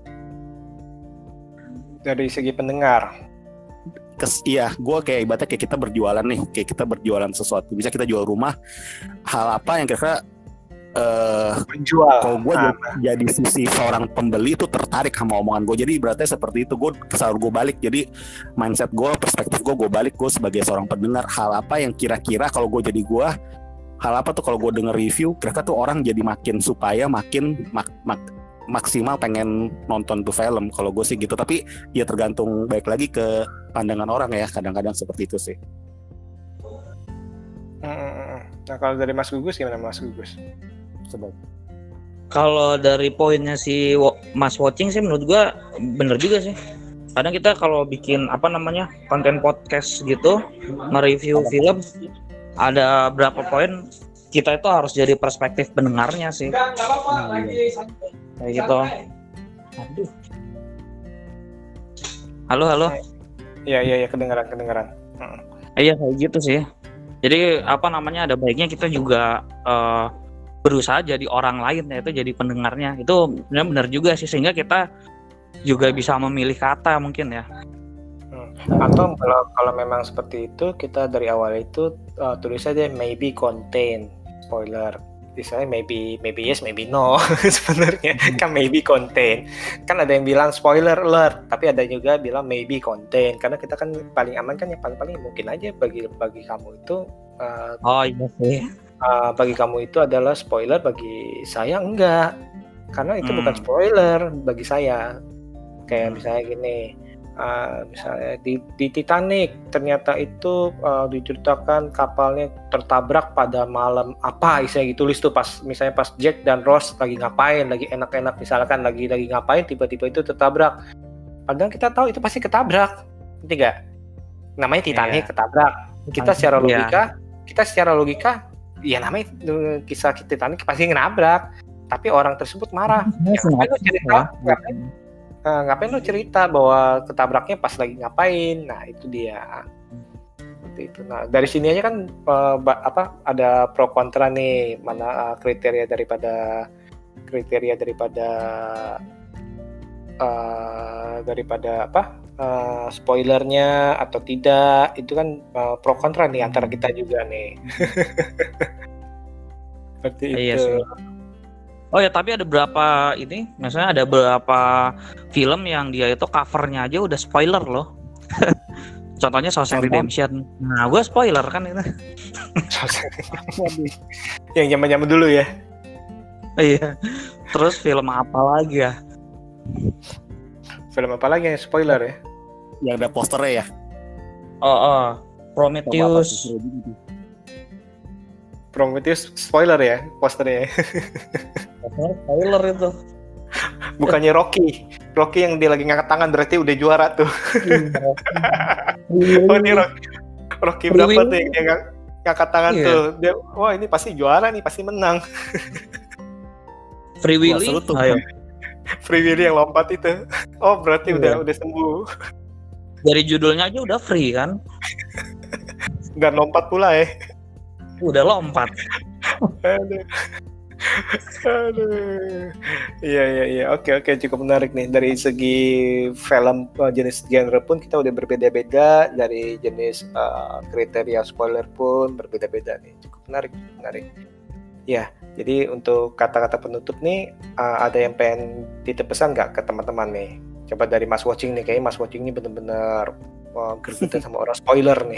Dari segi pendengar. Iya, gue kayak ibaratnya kayak kita berjualan nih, kayak kita berjualan sesuatu. Bisa kita jual rumah, hal apa yang kira-kira penjual. Kalau gue jadi sisi seorang pembeli itu tertarik sama omongan gue. Jadi berarti seperti itu, gue selalu gue balik. Jadi mindset gue, perspektif gue balik. Gue sebagai seorang pendengar, hal apa yang kira-kira kalau gue jadi gue, hal apa tuh kalau gue denger review, kira-kira tuh orang jadi makin maksimal pengen nonton tuh film. Kalau gue sih gitu. Tapi ya tergantung baik lagi ke pandangan orang ya. Kadang-kadang seperti itu sih. Nah kalau dari Mas Gugus gimana Mas Gugus? Kalau dari poinnya si Mas Watching sih menurut gua bener juga sih. Kadang kita kalau bikin konten podcast gitu, nge-review film, ada berapa poin kita itu harus jadi perspektif pendengarnya sih. Kayak gitu. Aduh. Halo. Iya kedengaran. Iya kayak gitu sih. Jadi ada baiknya kita juga berusaha jadi orang lain, yaitu jadi pendengarnya. Itu benar juga sih, sehingga kita juga bisa memilih kata mungkin ya. Atau kalau memang seperti itu, kita dari awal itu tulis aja maybe contain spoiler. Misalnya maybe yes, maybe no. Sebenarnya kan maybe contain. Kan ada yang bilang spoiler alert, tapi ada juga bilang maybe contain. Karena kita kan paling aman kan yang paling mungkin aja bagi kamu itu. Oh iya sih. Bagi kamu itu adalah spoiler, bagi saya enggak. karena itu bukan spoiler bagi saya. Kayak misalnya gini, misalnya di Titanic ternyata itu diceritakan kapalnya tertabrak pada malam apa, misalnya tulis tuh misalnya pas Jack dan Rose lagi ngapain, lagi enak-enak misalkan lagi ngapain, tiba-tiba itu tertabrak. Padahal kita tahu itu pasti ketabrak, ngerti gak? Namanya Titanic ketabrak. Kita secara logika, ya namanya kisah Titanic pasti nabrak. Tapi orang tersebut marah. Ngapain lu cerita bahwa ketabraknya pas lagi ngapain? Nah itu dia. Seperti itu. Nah dari sini aja kan ada pro kontra nih, mana kriteria daripada spoilernya atau tidak, itu kan pro kontra nih antara kita juga nih. Seperti itu. Iya sih. Oh ya, tapi ada beberapa misalnya ada beberapa film yang dia itu covernya aja udah spoiler loh. Contohnya Shawshank Redemption. Nah, gue spoiler kan itu. Yang zaman-zaman dulu ya. Iya. Terus film apa lagi ya? Film apa lagi yang spoiler ya? Yang ada posternya ya? Prometheus spoiler ya posternya. Spoiler itu. Bukannya Rocky yang dia lagi ngangkat tangan berarti udah juara tuh. Oh ini Rocky berapa tuh yang dia ngangkat tangan tuh? Dia, wah ini pasti juara nih, pasti menang. Free Willy. Ayo. Free Willy yang lompat itu. Oh berarti udah sembuh. Dari judulnya aja udah free kan? Dan lompat pula ya. Udah lompat. Aduh. Iya. Oke, cukup menarik nih. Dari segi film jenis genre pun kita udah berbeda-beda, dari jenis kriteria spoiler pun berbeda-beda nih. Cukup menarik. Ya, jadi untuk kata-kata penutup nih, ada yang pengen titip pesan nggak ke teman-teman nih? Coba dari Mas Watching nih, kayaknya Mas Watching ini benar-benar gergetan sama orang spoiler nih.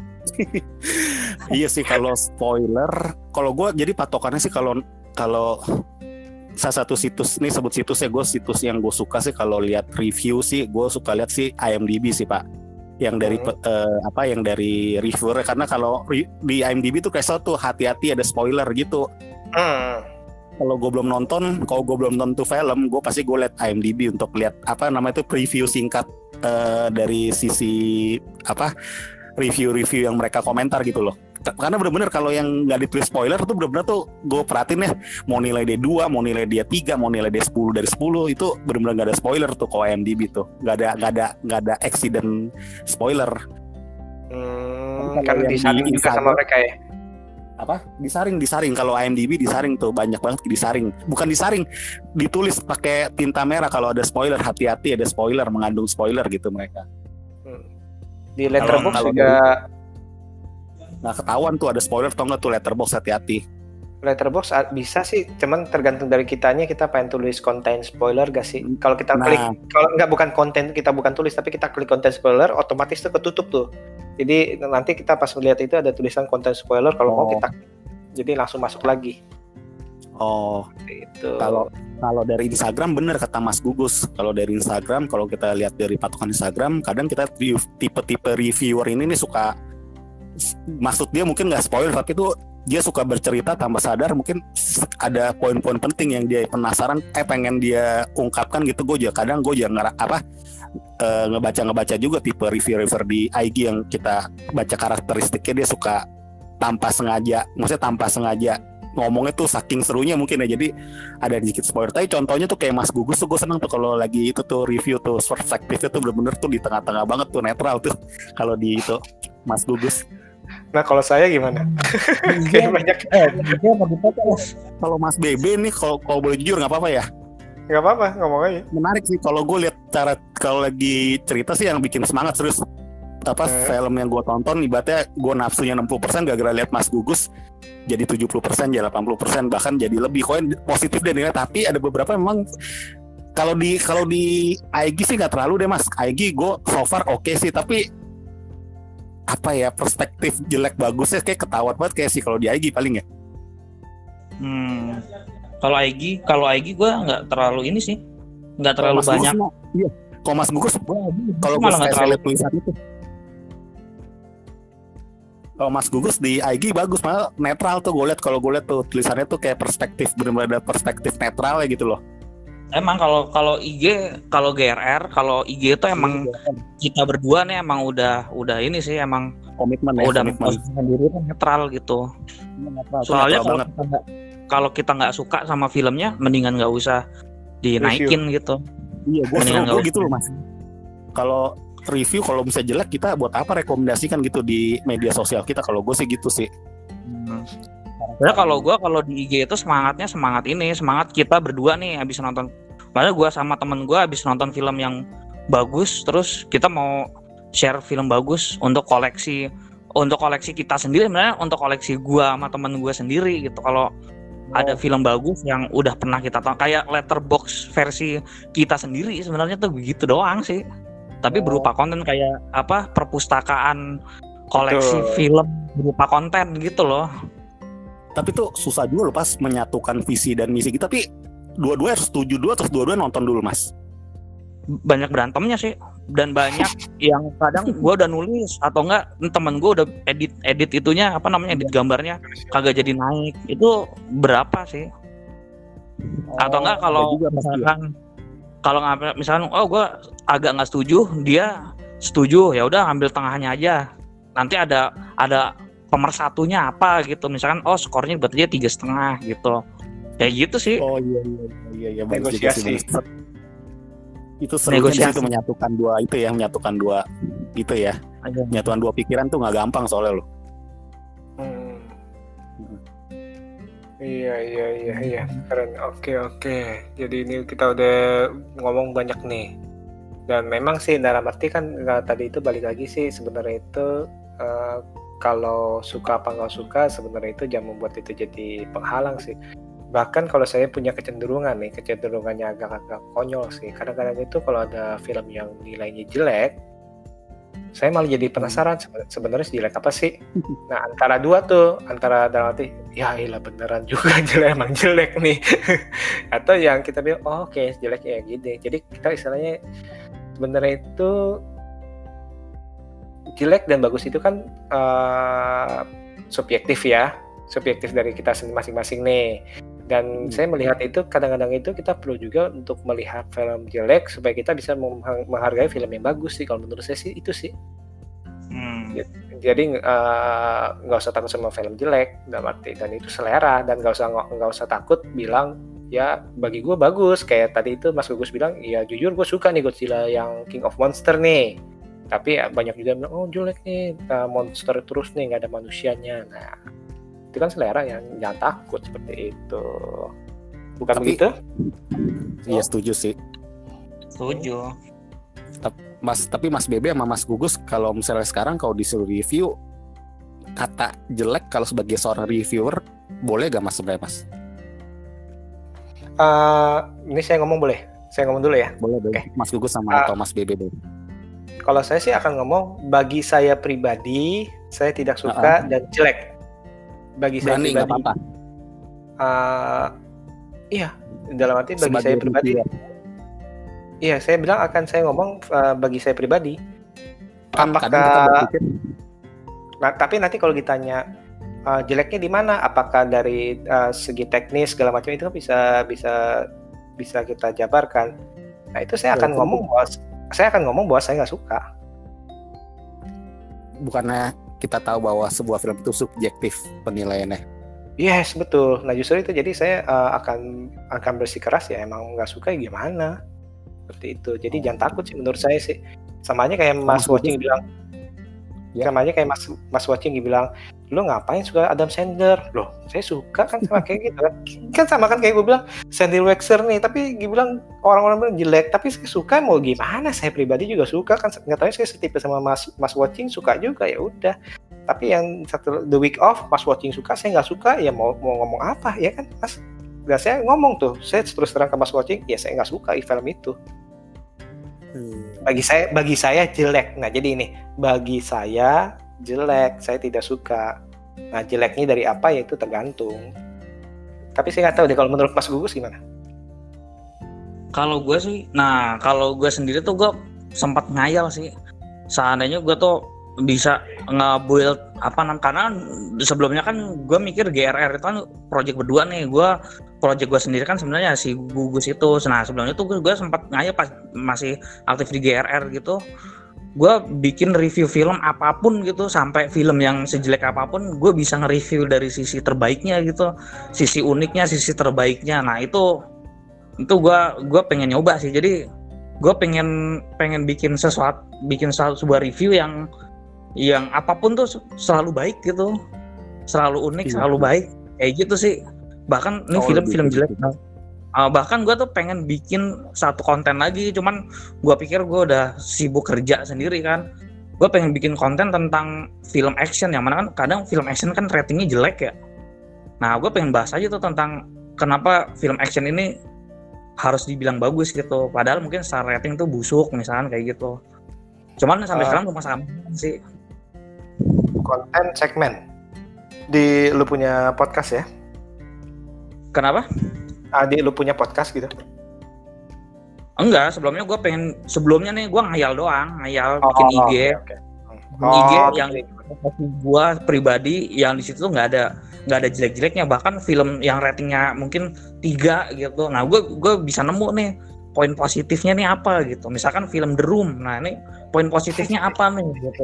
Iya sih, kalau spoiler, kalau gue jadi patokannya sih kalau salah satu situs nih, sebut situsnya, situs yang gue suka sih kalau lihat review sih, gue suka lihat sih IMDb sih Pak, yang dari yang dari reviewer, karena kalau di IMDb tuh kayak tuh hati-hati ada spoiler gitu. Kalau gue belum nonton tuh film, gue pasti gue lihat IMDb untuk lihat preview singkat dari sisi review yang mereka komentar gitu loh. Karena benar-benar kalau yang nggak ditulis spoiler tuh benar-benar tuh gue perhatiin ya, mau nilai dia 2, mau nilai dia 3, mau nilai dia 10 dari 10, itu benar-benar nggak ada spoiler tuh kalau IMDb tuh. Nggak ada accident spoiler. Karena disaring juga sama mereka ya. Disaring kalau IMDb disaring tuh, banyak banget disaring. Bukan disaring, ditulis pakai tinta merah kalau ada spoiler, hati-hati ada spoiler, mengandung spoiler gitu mereka. Di Letterboxd juga nggak ketahuan tuh ada spoiler atau nggak tuh Letterboxd, hati-hati. Letterboxd bisa sih, cuman tergantung dari kitanya, kita pengen tulis konten spoiler gak sih? Kalau kita klik, kalau nggak bukan konten, kita bukan tulis tapi kita klik konten spoiler, otomatis tuh ketutup tuh. Jadi nanti kita pas melihat itu ada tulisan konten spoiler, kalau mau kita jadi langsung masuk lagi. Itu. Kalau dari Instagram bener kata Mas Gugus. Kalau dari Instagram, kalau kita lihat dari patokan Instagram, kadang kita tipe-tipe reviewer ini nih suka, maksud dia mungkin nggak spoiler, tapi tuh dia suka bercerita tanpa sadar, mungkin ada poin-poin penting yang dia penasaran, pengen dia ungkapkan gitu. Gue juga ngebaca juga tipe reviewer di IG yang kita baca karakteristiknya, dia suka tanpa sengaja ngomongnya tuh saking serunya mungkin ya, jadi ada dikit spoiler. Tapi contohnya tuh kayak Mas Gugus tuh, gue seneng tuh kalau lagi itu tuh review tuh perspektifnya tuh bener-bener tuh di tengah-tengah banget tuh, netral tuh kalau di itu Mas Gugus. Nah kalau saya gimana? Kayak banyak. Kalau Mas BB nih, kalau boleh jujur nggak apa-apa ya? Nggak apa-apa, ngomong aja. Menarik sih kalau gue lihat cara kalau lagi cerita sih yang bikin semangat serius. Film yang gue tonton ibaratnya gue nafsunya 60% gara-gara lihat Mas Gugus jadi 70%, jadi 80%, bahkan jadi lebih. Koin positif deh nilai, tapi ada beberapa memang kalau di IG sih nggak terlalu deh Mas. IG gue so far oke sih, tapi perspektif jelek bagusnya kayak ketahuan banget kayak sih kalau di IG paling ya. Kalau Aigi gue nggak terlalu ini sih, nggak terlalu Mas Gugus banyak. mah, iya. Kalau Mas Gugus, kalau gue malah nggak terlalu. lihat tulisan itu. Kalau Mas Gugus di IG bagus, malah netral tuh gue lihat. Kalau gue lihat tuh tulisannya tuh kayak perspektif, benar-benar perspektif netral ya gitu loh. Emang kalau IG, kalau GRR, kalau IG itu emang kita berdua nih emang udah ini sih emang komitmen ya, udah komitmen. sendiri netral gitu. Soalnya kalau kita nggak suka sama filmnya, mendingan nggak usah dinaikin gitu. Iya, Mendingan gue nggak gitu loh Mas. Kalau review, kalau misalnya jelek, kita buat apa rekomendasikan gitu di media sosial kita? Kalau gue sih gitu sih. Ya kalau di IG itu semangatnya semangat kita berdua nih habis nonton. Padahal gue sama temen gue habis nonton film yang bagus, terus kita mau share film bagus untuk koleksi kita sendiri, sebenarnya untuk koleksi gue sama temen gue sendiri gitu. Kalau ada film bagus yang udah pernah kita tonton, kayak Letterboxd versi kita sendiri, sebenarnya tuh begitu doang sih. Tapi berupa konten kayak apa, perpustakaan koleksi film berupa konten gitu loh. Tapi tuh susah juga loh pas menyatukan visi dan misi kita. Tapi dua-dua harus setuju dulu, terus dua-dua nonton dulu Mas. Banyak berantemnya sih, dan banyak yang kadang gue udah nulis atau enggak temen gue udah edit itunya apa namanya, edit gambarnya kagak jadi naik. Itu berapa sih? Atau enggak kalau misalkan gue agak nggak setuju, dia setuju, ya udah ambil tengahnya aja. Nanti ada pemersatunya apa gitu, misalkan skornya buat dia 3,5 gitu, kayak gitu sih. Iya negosiasi. Itu seru sih, itu menyatukan dua itu ya, menyatukan dua pikiran tuh nggak gampang soalnya loh. Iya, keren. Oke. Jadi ini kita udah ngomong banyak nih. Dan memang sih dalam arti kan tadi itu balik lagi sih, sebenarnya itu kalau suka apa nggak suka sebenarnya itu jangan membuat itu jadi penghalang sih. Bahkan kalau saya punya kecenderungannya agak-agak konyol sih. Kadang-kadang itu kalau ada film yang nilainya jelek, saya malah jadi penasaran sebenarnya jelek apa sih. Nah, antara dua tuh, antara dalam arti ya iyalah beneran juga jelek, emang jelek nih. Atau yang kita bilang oke, jelek ya gini. Jadi kita istilahnya sebenarnya itu jelek dan bagus itu kan subjektif dari kita masing-masing nih. Dan saya melihat itu kadang-kadang itu kita perlu juga untuk melihat film jelek supaya kita bisa menghargai film yang bagus sih. Kalau menurut saya sih itu sih. Jadi nggak usah takut sama film jelek, dalam arti, dan itu selera, dan nggak usah takut bilang ya bagi gue bagus. Kayak tadi itu Mas Gugus bilang, ya jujur gue suka nih Godzilla yang King of Monster nih. Tapi banyak juga bilang jelek nih, monster terus nih, nggak ada manusianya. Nah itu kan selera, yang jangan takut seperti itu. Bukan begitu? Iya setuju sih. Setuju. Tapi Mas Bebe sama Mas Gugus, kalau misalnya sekarang kalau disuruh review, kata jelek kalau sebagai seorang reviewer boleh gak Mas sebenarnya Mas? Ini saya ngomong boleh? Saya ngomong dulu ya? Boleh. Okay. Mas Gugus sama atau Mas Bebe deh. Kalau saya sih akan ngomong, bagi saya pribadi saya tidak suka dan jelek. Bagi saya pribadi. Nggak apa-apa. Iya, dalam arti bagi saya pribadi. Iya, saya bilang saya ngomong bagi saya pribadi. Apakah? Nah, tapi nanti kalau ditanya jeleknya di mana? Apakah dari segi teknis segala macam itu bisa kita jabarkan. Nah itu saya akan ngomong bahwa saya nggak suka. Bukannya kita tahu bahwa sebuah film itu subjektif penilaiannya. Yes, betul. Nah justru itu jadi saya akan bersikeras ya, emang nggak suka ya gimana. Seperti itu. Jadi jangan takut sih menurut saya sih. Sama aja kayak Mas Watching bilang. Ya. Sama aja kayak Mas Watching bilang, lo ngapain suka Adam Sandler? Loh, saya suka kan sama kayak gitu kan. Kan sama kan kayak gue bilang Sandy Wexler nih, tapi gue bilang orang-orang bilang jelek, tapi saya suka, mau gimana? Saya pribadi juga suka kan. Nggak tahu saya setipe sama Mas Watching suka juga, ya udah. Tapi yang satu The Week Off Mas Watching suka, saya nggak suka, ya mau ngomong apa ya kan Mas? Nggak, saya ngomong tuh, saya terus terang ke Mas Watching, ya saya nggak suka film itu. Bagi saya jelek. Nah jadi ini, bagi saya jelek, saya tidak suka. Nah jeleknya dari apa ya itu tergantung. Tapi saya nggak tahu deh kalau menurut Mas Gugus gimana. Kalau gue sih, kalau gue sendiri tuh gue sempat ngayal sih. Seandainya gue tuh bisa nge-build karena sebelumnya kan gue mikir GRR itu kan project berdua nih. Project gue sendiri kan sebenarnya si Gugus itu. Nah sebelumnya tuh gue sempat ngayal pas masih aktif di GRR gitu. Gue bikin review film apapun gitu, sampai film yang sejelek apapun gue bisa nge-review dari sisi terbaiknya gitu, sisi uniknya, sisi terbaiknya. Nah itu gue pengen nyoba sih. Jadi gue pengen bikin sebuah review yang apapun tuh selalu baik gitu, selalu unik, selalu baik kayak gitu sih. Bahkan ini film jelek, bahkan gue tuh pengen bikin satu konten lagi, cuman gue pikir gue udah sibuk kerja sendiri kan. Gue pengen bikin konten tentang film action, yang mana kan kadang film action kan ratingnya jelek ya. Nah gue pengen bahas aja tuh tentang kenapa film action ini harus dibilang bagus gitu, padahal mungkin secara rating tuh busuk misalkan kayak gitu. Cuman sampai sekarang belum masalah sih. Konten segmen di lu punya podcast ya? Kenapa? Di lu punya podcast gitu? Enggak, sebelumnya nih gue ngayal bikin IG. Okay. IG yang gue pribadi yang di situ tuh nggak ada jelek-jeleknya, bahkan film yang ratingnya mungkin 3 gitu. Nah gue bisa nemu nih poin positifnya nih apa gitu. Misalkan film The Room, nah ini poin positifnya apa nih gitu.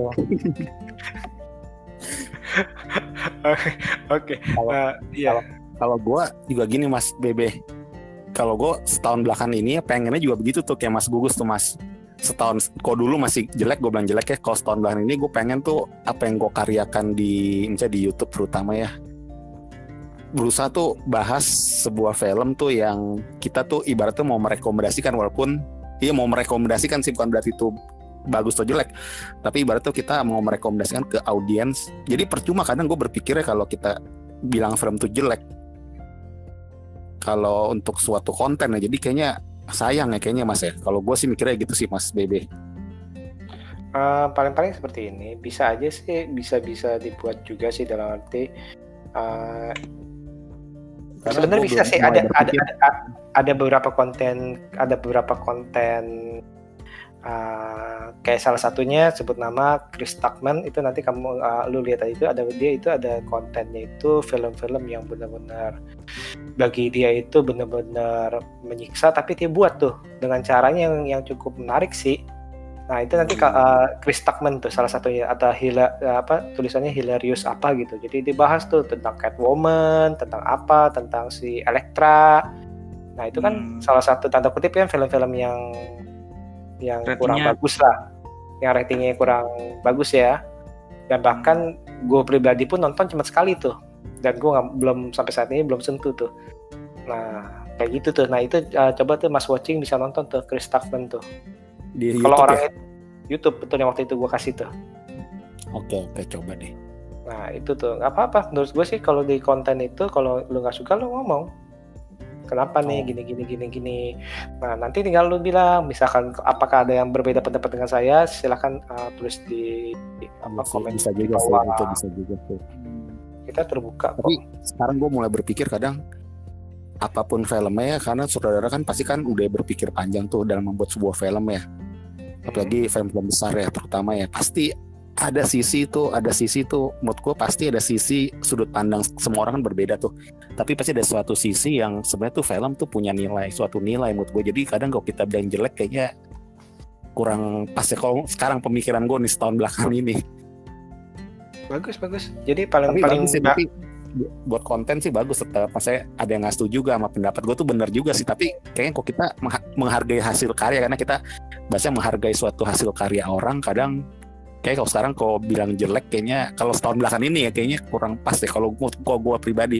Oke. Kalau gue juga gini Mas Bebe, kalau gue setahun belakang ini pengennya juga begitu tuh kayak Mas Gugus tuh Mas. Setahun, kok dulu masih jelek, gue bilang jelek ya. Kalau setahun belakang ini gue pengen tuh apa yang gue karyakan misalnya di YouTube terutama ya, berusaha tuh bahas sebuah film tuh yang kita tuh ibaratnya mau merekomendasikan, walaupun mau merekomendasikan sih bukan berarti itu bagus atau jelek, tapi ibaratnya kita mau merekomendasikan ke audiens. Jadi percuma kadang gue berpikirnya kalau kita bilang film tuh jelek kalau untuk suatu konten ya, jadi kayaknya sayang ya kayaknya Mas ya. Kalau gue sih mikirnya gitu sih Mas Bebe. Paling-paling seperti ini bisa aja sih, bisa dibuat juga sih, dalam arti sebenarnya bisa sih ada beberapa konten kayak salah satunya sebut nama Chris Tuckman itu, nanti kamu lu lihat aja itu ada kontennya itu film-film yang benar-benar bagi dia itu benar-benar menyiksa, tapi dia buat tuh dengan caranya yang cukup menarik sih. Nah itu nanti Chris Tuckman tuh salah satunya, ada tulisannya hilarious apa gitu. Jadi dibahas tuh tentang Catwoman, tentang si Elektra. Nah itu kan salah satu tanda kutip kan film-film yang kurang bagus lah, yang ratingnya kurang bagus ya. Dan bahkan gue pribadi pun nonton cuma sekali tuh, dan gue belum sampai saat ini belum sentuh tuh. Nah kayak gitu tuh. Nah itu coba tuh Mas Watching bisa nonton tuh Chris Tuckman tuh di kalau orang YouTube betul yang waktu itu gue kasih tuh. Oke, coba deh. Nah itu tuh nggak apa-apa menurut gue sih. Kalau di konten itu kalau lu nggak suka lu ngomong kenapa nih gini. Nah nanti tinggal lu bilang, misalkan apakah ada yang berbeda pendapat dengan saya, silakan tulis di komen bisa di juga bawah. itu bisa juga tuh. Kita terbuka. Tapi sekarang gue mulai berpikir kadang apapun filmnya ya, karena saudara kan pasti kan udah berpikir panjang tuh dalam membuat sebuah film ya. Apalagi film-film besar ya terutama ya, pasti ada sisi tuh menurut gue pasti ada sisi sudut pandang semua orang kan berbeda tuh, tapi pasti ada suatu sisi yang sebenarnya tuh film tuh punya suatu nilai menurut gue. Jadi kadang kalau kita bilang jelek kayaknya kurang pas ya kalau sekarang pemikiran gue nih setahun belakang ini. Bagus. Jadi paling bagus sih, tapi buat konten sih bagus. Tetap saya ada yang nggak setuju juga sama pendapat gue tuh benar juga sih, tapi kayaknya kok kita menghargai hasil karya, karena kita bahasanya menghargai suatu hasil karya orang. Kadang kayak kalau sekarang kalau bilang jelek kayaknya kalau setahun belakang ini ya kayaknya kurang pas deh kalau gue pribadi.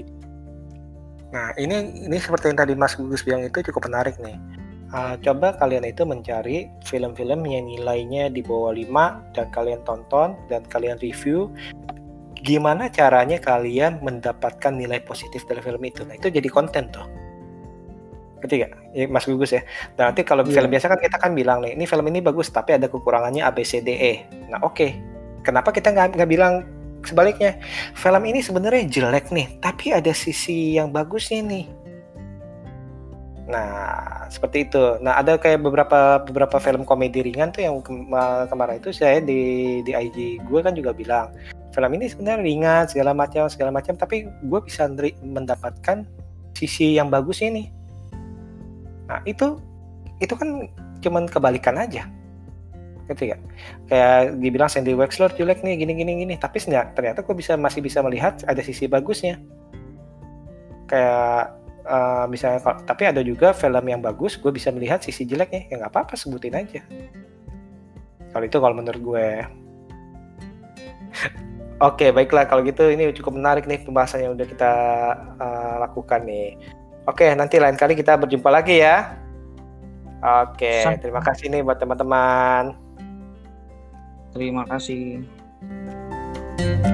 Nah ini seperti yang tadi Mas Gugus bilang itu cukup menarik nih. Coba kalian itu mencari film-film yang nilainya di bawah 5 dan kalian tonton dan kalian review. Gimana caranya kalian mendapatkan nilai positif dari film itu? Nah itu jadi konten tuh. Ngerti gak? Ya, Mas Gugus ya. Nah, nanti kalau film biasa kan kita kan bilang nih, ini film ini bagus tapi ada kekurangannya A, B, C, D, E. Nah oke. Kenapa kita nggak bilang sebaliknya, film ini sebenarnya jelek nih, tapi ada sisi yang bagusnya nih. Nah, seperti itu. Nah, ada kayak beberapa film komedi ringan tuh yang kemarin itu saya di IG gue kan juga bilang, film ini sebenarnya ringan segala macam, tapi gue bisa mendapatkan sisi yang bagusnya nih. Nah, itu kan cuman kebalikan aja. Gitu ya. Kayak dibilang Sandy Wexler jelek nih gini, tapi ternyata gue masih bisa melihat ada sisi bagusnya. Kayak misalnya, tapi ada juga film yang bagus, gue bisa melihat sisi jeleknya, ya nggak apa-apa, sebutin aja. Kalau menurut gue. Oke, baiklah kalau gitu, ini cukup menarik nih pembahasan yang udah kita lakukan nih. Oke, nanti lain kali kita berjumpa lagi ya. Oke, terima kasih nih buat teman-teman. Terima kasih.